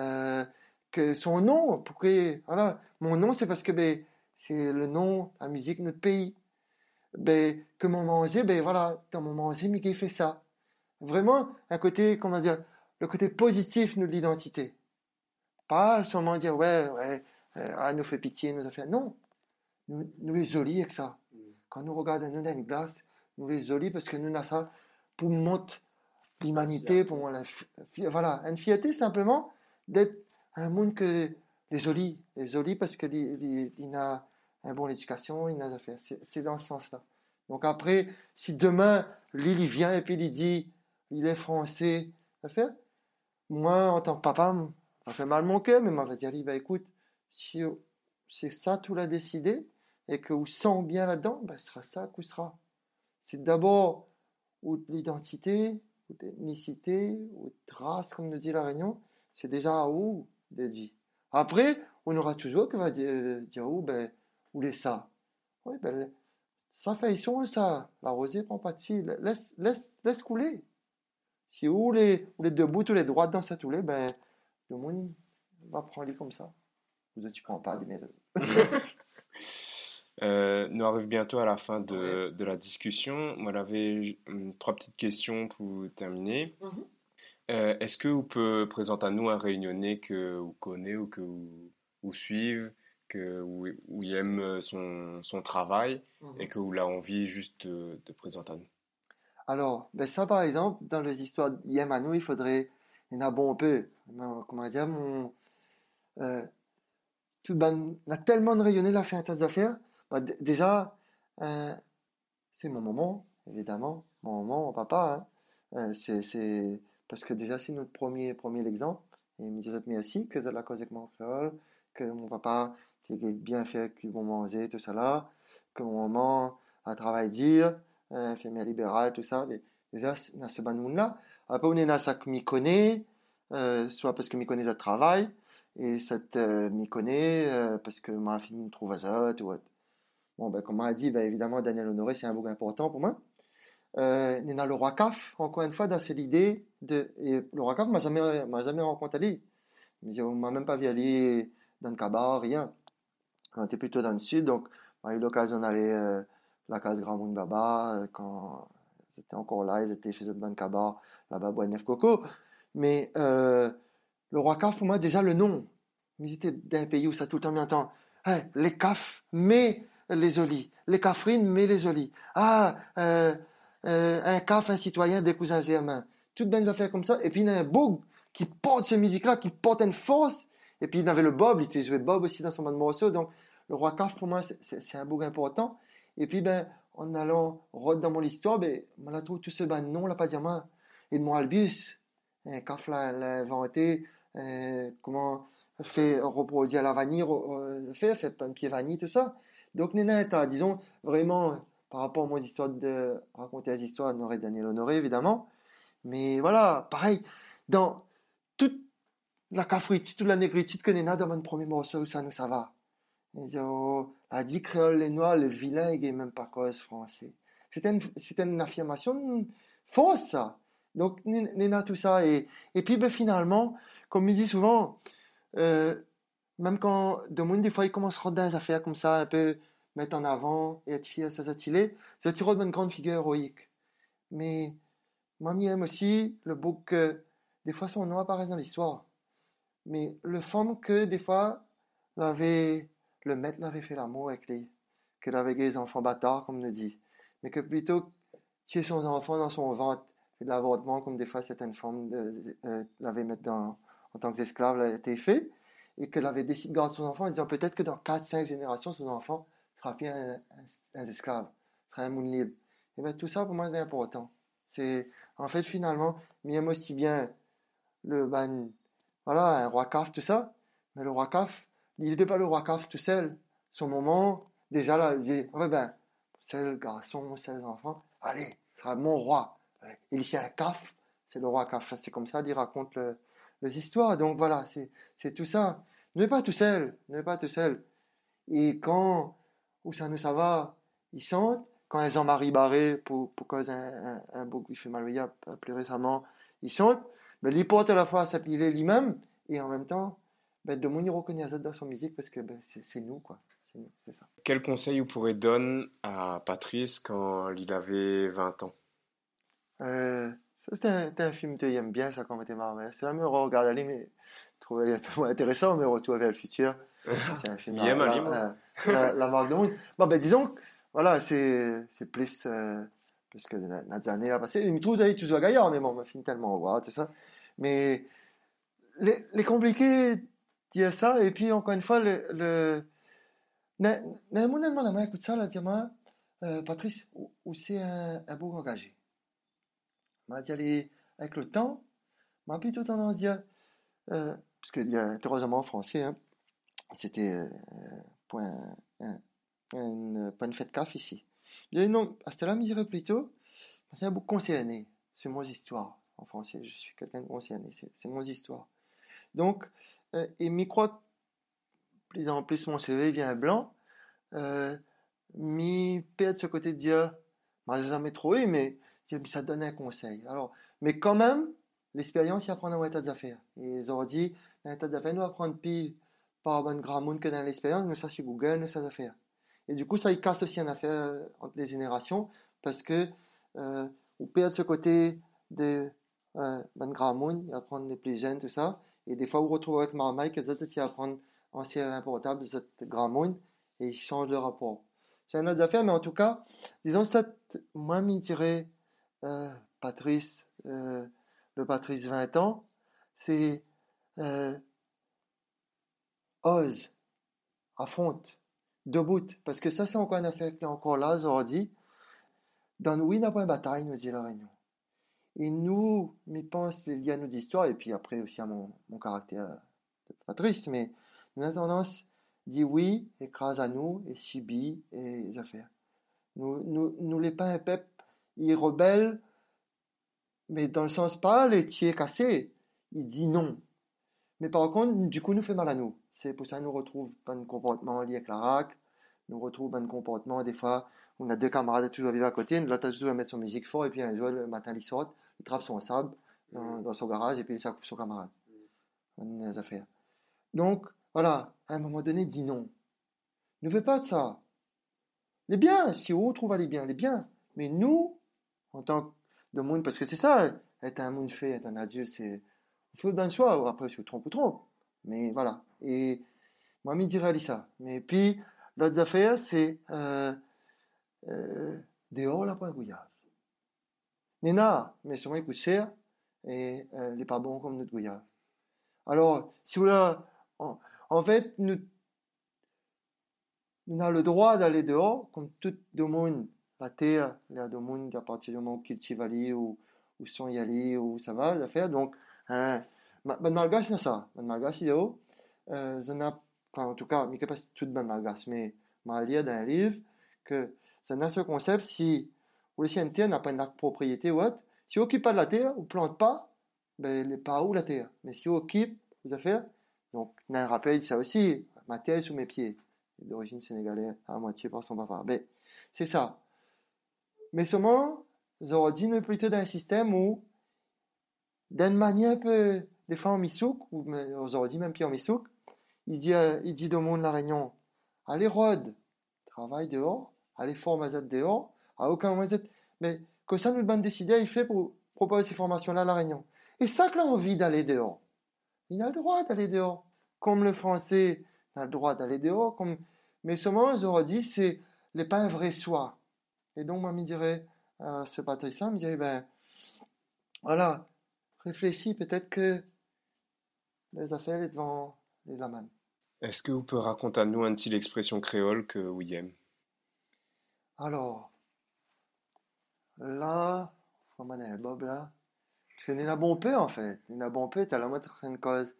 que son nom, voilà, mon nom c'est parce que, ben, c'est le nom, la musique de notre pays. Ben, que mon manger, ben voilà, dans mon manger, Mickey fait ça. Vraiment, un côté, comment dire, le côté positif de l'identité. Pas seulement dire, ouais, nous fait pitié, nous a fait. Non, nous les jolis avec ça. Quand nous regardons nous dans une glace, nous les jolis parce que nous avons ça pour montrer l'humanité, pour voilà, une fierté simplement d'être un monde que les jolis parce que il a une bonne éducation, il a des affaires. C'est dans ce sens-là. Donc après, si demain Lily vient et puis il dit, il est français, affaire. Moi, en tant que papa, ça fait mal mon cœur, mais moi, va dire, bah, écoute, si c'est ça, tout l'a décidé, et que vous sent bien là-dedans, bah, ce sera ça que sera. C'est d'abord ou de l'identité, ou d'ethnicité, ou de race, comme nous dit la Réunion, c'est déjà à où de dit. Après, on aura toujours que va dire où, ben, où les ça. Oui, ben, ça fait son ça. La rosée prend pas de ci. Laisse couler. Si où les debout, tous les droits dans cette houlée, ben, le monde va prendre comme ça. Vous ne prends pas des maisons. Nous arrivons bientôt à la fin de la discussion. Moi, j'avais trois petites questions pour terminer. Est-ce que vous pouvez présenter à nous un Réunionnais que vous connaissez ou que vous suivez, que vous aime son travail et que vous l'avez envie juste de présenter à nous? Alors, ben ça par exemple, dans les histoires d'Yemano, il faudrait, il y en a bon peu. Comment dire, on a tellement de rayonnés, là, fait un tas d'affaires. Bah, déjà, c'est mon maman, évidemment, mon maman, mon papa. Hein. C'est parce que déjà, c'est notre premier exemple. Et il me disait merci que c'est la cause avec mon créole, que mon papa qui est bien fait, qu'ils vont manger, tout ça là, que mon maman a travaillé dire, infirmière libérale, tout ça. Mais déjà, dans ce bon monde-là. Après, on est dans ça que m'y connaît, soit parce que m'y connaît le travail, et cette m'y connaît parce que ma fille me trouve à ça, ou autre. Bon, ben, comme on a dit, ben, évidemment, Daniel Honoré, c'est un bouc important pour moi. Il y a le roi Caf, encore une fois, dans cette idée de. Et le roi Caf m'a jamais rencontré Ali. On m'a même pas vu aller dans le cabaret, rien. On était plutôt dans le sud, donc on a eu l'occasion d'aller la case Grand Monde Baba, quand c'était encore là, ils étaient chez eux dans le cabaret, là-bas, bois neuf coco. Mais le roi Caf, pour moi, déjà le nom. Mais ils étaient d'un pays où ça tout le temps bien temps. Hey, les Caf, mais les jolis. Les Cafrines, mais les jolis. Ah, un CAF, un citoyen, des cousins germains. Toutes belles affaires comme ça. Et puis il y a un Boug qui porte ces musiques-là, qui porte une force. Et puis il y avait le Bob, il était joué Bob aussi dans son mode morceau. Donc le roi CAF, pour moi, c'est un Boug important. Et puis, ben, en allant dans mon histoire, ben, on a trouvé tout ce ben nom, là, pas dire moi. Et de mon Albus, un CAF l'a inventé, comment fait reproduire la vanille, fait un pied vanille, tout ça. Donc, Néna, disons, vraiment, par rapport à moi, histoires de raconter les histoires, Honoré Daniel Honoré, évidemment. Mais voilà, pareil, dans toute la cafritite, toute la négritude que Néna dans mon premier morceau, ça nous, ça va. La dit créole, les noirs, le vilain, il n'est même pas cause français. C'était une affirmation fausse, ça. Donc, Néna, tout ça. Et puis, ben, finalement, comme il dit souvent, même quand de monde des fois il commence à rentrer dans des affaires comme ça, un peu mettre en avant et être fier, ça s'attirer, c'est une grande figure héroïque. Mais Mamie aime aussi le beau que des fois son nom apparaît dans l'histoire. Mais le femme que des fois, le maître l'avait fait l'amour avec lui, qu'elle avait des enfants bâtards, comme on dit. Mais que plutôt tuer son enfant dans son ventre, fait de l'avortement, comme des fois certaines femmes l'avaient mettre en tant qu'esclave, a été fait, et qu'elle avait décidé de garder son enfant en disant peut-être que dans 4-5 générations, son enfant sera plus un esclave, sera un monde libre. Et bien tout ça, pour moi, c'est important. C'est, en fait, finalement, m'aime aussi bien voilà, un roi caf, tout ça. Mais le roi caf, il n'était pas le roi caf tout seul. Son moment, déjà là, il dit, ouais ben, c'est le garçon, c'est les enfants. Allez, ce sera mon roi. Il ici un caf, c'est le roi caf. C'est comme ça, il raconte les histoires. Donc voilà, c'est tout ça. Ne pas tout seul, ne pas tout seul. Et quand, où ça nous ça va, ils sentent, quand Jean-Marie Barré, pour cause un beau qui fait mal il y a plus récemment, ils sentent, mais il porte à la fois à s'appeler lui-même, et en même temps, ben, de mon reconnaît ça dans son musique parce que ben, c'est nous, quoi. C'est nous, c'est ça. Quel conseil vous pourrez donner à Patrice quand il avait 20 ans? Ça, c'était un film que j'aime bien, ça, quand on était marre. C'est là, me regarde aller, mais trouvé un peu moins intéressant, mais Retour vers le futur. C'est un film Miem, Ali, moi. la marque de monde. Bon, ben, disons que, voilà, c'est plus que dans années là passées. Il me trouve d'ailleurs toujours gaillard, mais bon, un film tellement wow, tout ça. Mais les compliqués dire ça, et puis encore une fois, mon demande à écoute ça, là, dis-moi, Patrice, où c'est un beau engagé. M'a dit, allez, avec le temps, m'a plutôt tendance à dire, parce qu'il y a heureusement en français, hein, c'était point, pas une fête caf ici. Il dit, non, à cela, me dirait plutôt, c'est un beau concerné, c'est mon histoire. En français, je suis quelqu'un de concerné, c'est mon histoire. Donc, et m'y croit, plus en plus mon CV vient blanc, m'y perd ce côté de dire, moi j'ai jamais trop eu, mais ça donne un conseil. Alors, mais quand même, l'expérience, il apprend dans l'état d'affaires. Et ils ont dit, dans l'état d'affaires, nous apprendre plus par un grand monde que dans l'expérience, nous ça sur Google, nous ça affaires. Et du coup, ça, il casse aussi une affaire entre les générations, parce que, on perd ce côté de, un grand monde, il apprendre les plus jeunes, tout ça. Et des fois, on retrouve avec Marmaille que les autres, ils apprennent en CRM portable, ce grand monde, et ils changent de rapport. C'est une autre affaire, mais en tout cas, disons, moi, m'y dirais, Patrice, le Patrice 20 ans, c'est, ose, affronte, debout, parce que ça, c'est encore une affaire qui est encore là, aujourd'hui. Dans nous, il n'y a pas une bataille, nous dit la Réunion. Et nous, m'y pense, lié à nos histoires, et puis après aussi à mon caractère de Patrice, mais nous avons tendance dit oui, écrase à nous, et subit, et les affaires. Nous les pas un peuple, il rebelle, mais dans le sens pas les tiers cassés, il dit non. Mais par contre, du coup, nous fait mal à nous. C'est pour ça que nous retrouve pas de comportement lié avec la RAC, nous retrouve un comportement, des fois, on a deux camarades toujours vivre à côté, l'autre toujours à mettre son musique fort, et puis un jour, le matin, il sort, il trappe son sable dans son garage, et puis il s'accoupe son camarade. Les affaires. Donc, voilà, à un moment donné, dit non. Ne fais pas de ça. Les biens, si on trouve les biens, les biens. Mais nous, en tant que monde, parce que c'est ça, être un monde fait, être un adulte, c'est, il faut bien soi, ou après, si on trompe ou trompe. Mais voilà. Et, moi, m'y dirait ça. Mais puis, l'autre affaire, c'est, dehors, là, pas un gouillage. Nena, mais sûrement, il coûte cher, et, il n'est pas bon comme notre gouillage. Alors, si vous là, en fait, nous avons le droit d'aller dehors, comme tout le monde, la terre, il y a des monde à partir du moment où cultive aller, ou sont y aller, ou ça va, les affaires. Donc, ben malgache, c'est ça. Ben malgache, il y a, enfin, en tout cas, mais pas tout ben malgache, mais, m'a lire dans un livre, que ça n'a ce concept, si, ou si une terre n'a pas une propriété ou autre, si on occupe pas de la terre, ou plante pas, ben, elle est pas où la terre. Mais si on occupe, les affaires, donc, il y a un rappel, ça aussi, ma terre est sous mes pieds. D'origine sénégalaise, à moitié par son papa. Mais, c'est ça. Mais seulement, Zorodine est plutôt dans un système où, d'une manière un peu, des fois en misouk, ou Zorodine même plus en misouk, il dit au monde de la Réunion, allez rôde, travaille dehors, allez forme à dehors, à aucun moment mais, que ça nous demande décider, il fait pour propose ces formations-là à La Réunion. Et ça qu'il a envie d'aller dehors. Il a le droit d'aller dehors. Comme le français a le droit d'aller dehors. Mais seulement, ils auraient dit, c'est pas un vrai soi. Et donc, moi, je me dirais, ce Patrice-là, me dirait, voilà, réfléchis, peut-être que les affaires sont devant la main. Est-ce que vous pouvez raconter à nous un petit l'expression créole que vous aimez? Alors, là, faut m'en aller, Bob, là. Parce qu'il y en a bon peu, en fait. Il y en a bon peu, t'as la moitié une cause.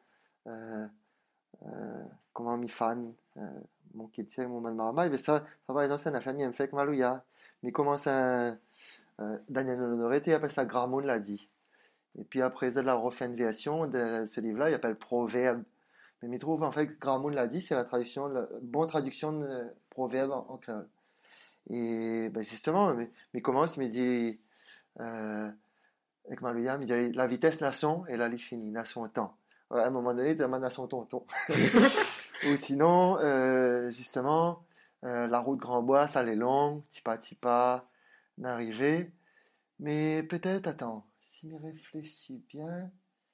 Comment mi fan, mon kid, mon man marmaille, mais ça, par exemple, c'est une famille, elle me fait que Malouya. Mais comment ça, Daniel Honoré, il appelle ça Gramoun l'a dit. Et puis après, il a refait une version de ce livre-là, il appelle Proverbe. Mais il trouve, en fait, Gramoun l'a dit, c'est la bonne traduction de Proverbe en créole. Et justement, mais commence, il me dit, avec Malouya, il me dit, la vitesse n'a son, et là, il finit, n'a son temps. À un moment donné, il demande à son tonton. Ou sinon, justement, la route Grand Bois, ça l'est longue, tipa, d'arriver. Mais peut-être, attends, si je réfléchis bien.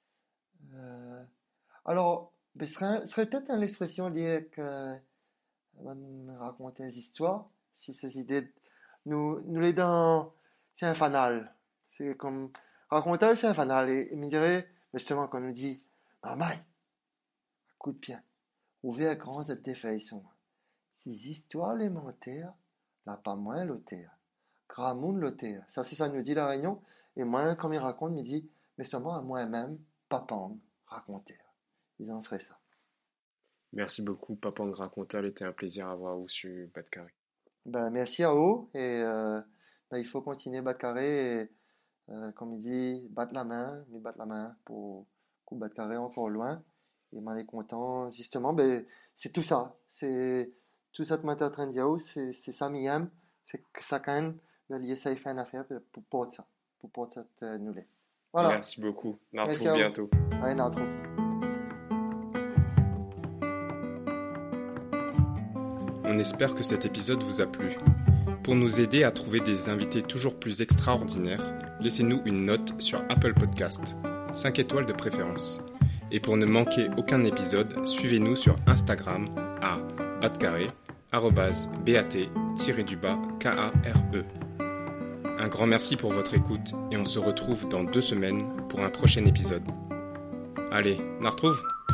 Alors, ce serait peut-être une expression liée avec raconter des histoires. Si ces idées, nous les dans, c'est un fanal. C'est comme, raconter, c'est un fanal. Et il me dirait, justement, quand on nous dit, maman, coup de pied, ouvert grand cette défaillation. Ces histoires élémentaires, là pas moins l'auteur. Gramoun l'auteur. Ça, c'est ça, nous dit La Réunion. Et moi, comme il raconte, il me dit, mais seulement à moi-même, Papang, raconteur. Ils en seraient ça. Merci beaucoup, Papang Raconteur. C'était un plaisir à avoir sur Batcarré. Merci à vous. Et il faut continuer Batcarré. Et comme il dit, battre la main pour Batcarré encore loin. Et m'en est content. Justement, c'est tout ça. C'est tout ça que je suis en train de dire. C'est ça, m'aime. C'est que ça quand même, il essaie de faire une affaire pour porter ça. Pour porter cette nouvelle. Voilà. Merci beaucoup. On se retrouve bientôt. Allez, on se retrouve. On espère que cet épisode vous a plu. Pour nous aider à trouver des invités toujours plus extraordinaires, laissez-nous une note sur Apple Podcast, 5 étoiles de préférence. Et pour ne manquer aucun épisode, suivez-nous sur Instagram à batcarré, @bat-kare. Un grand merci pour votre écoute et on se retrouve dans 2 semaines pour un prochain épisode. Allez, on se retrouve!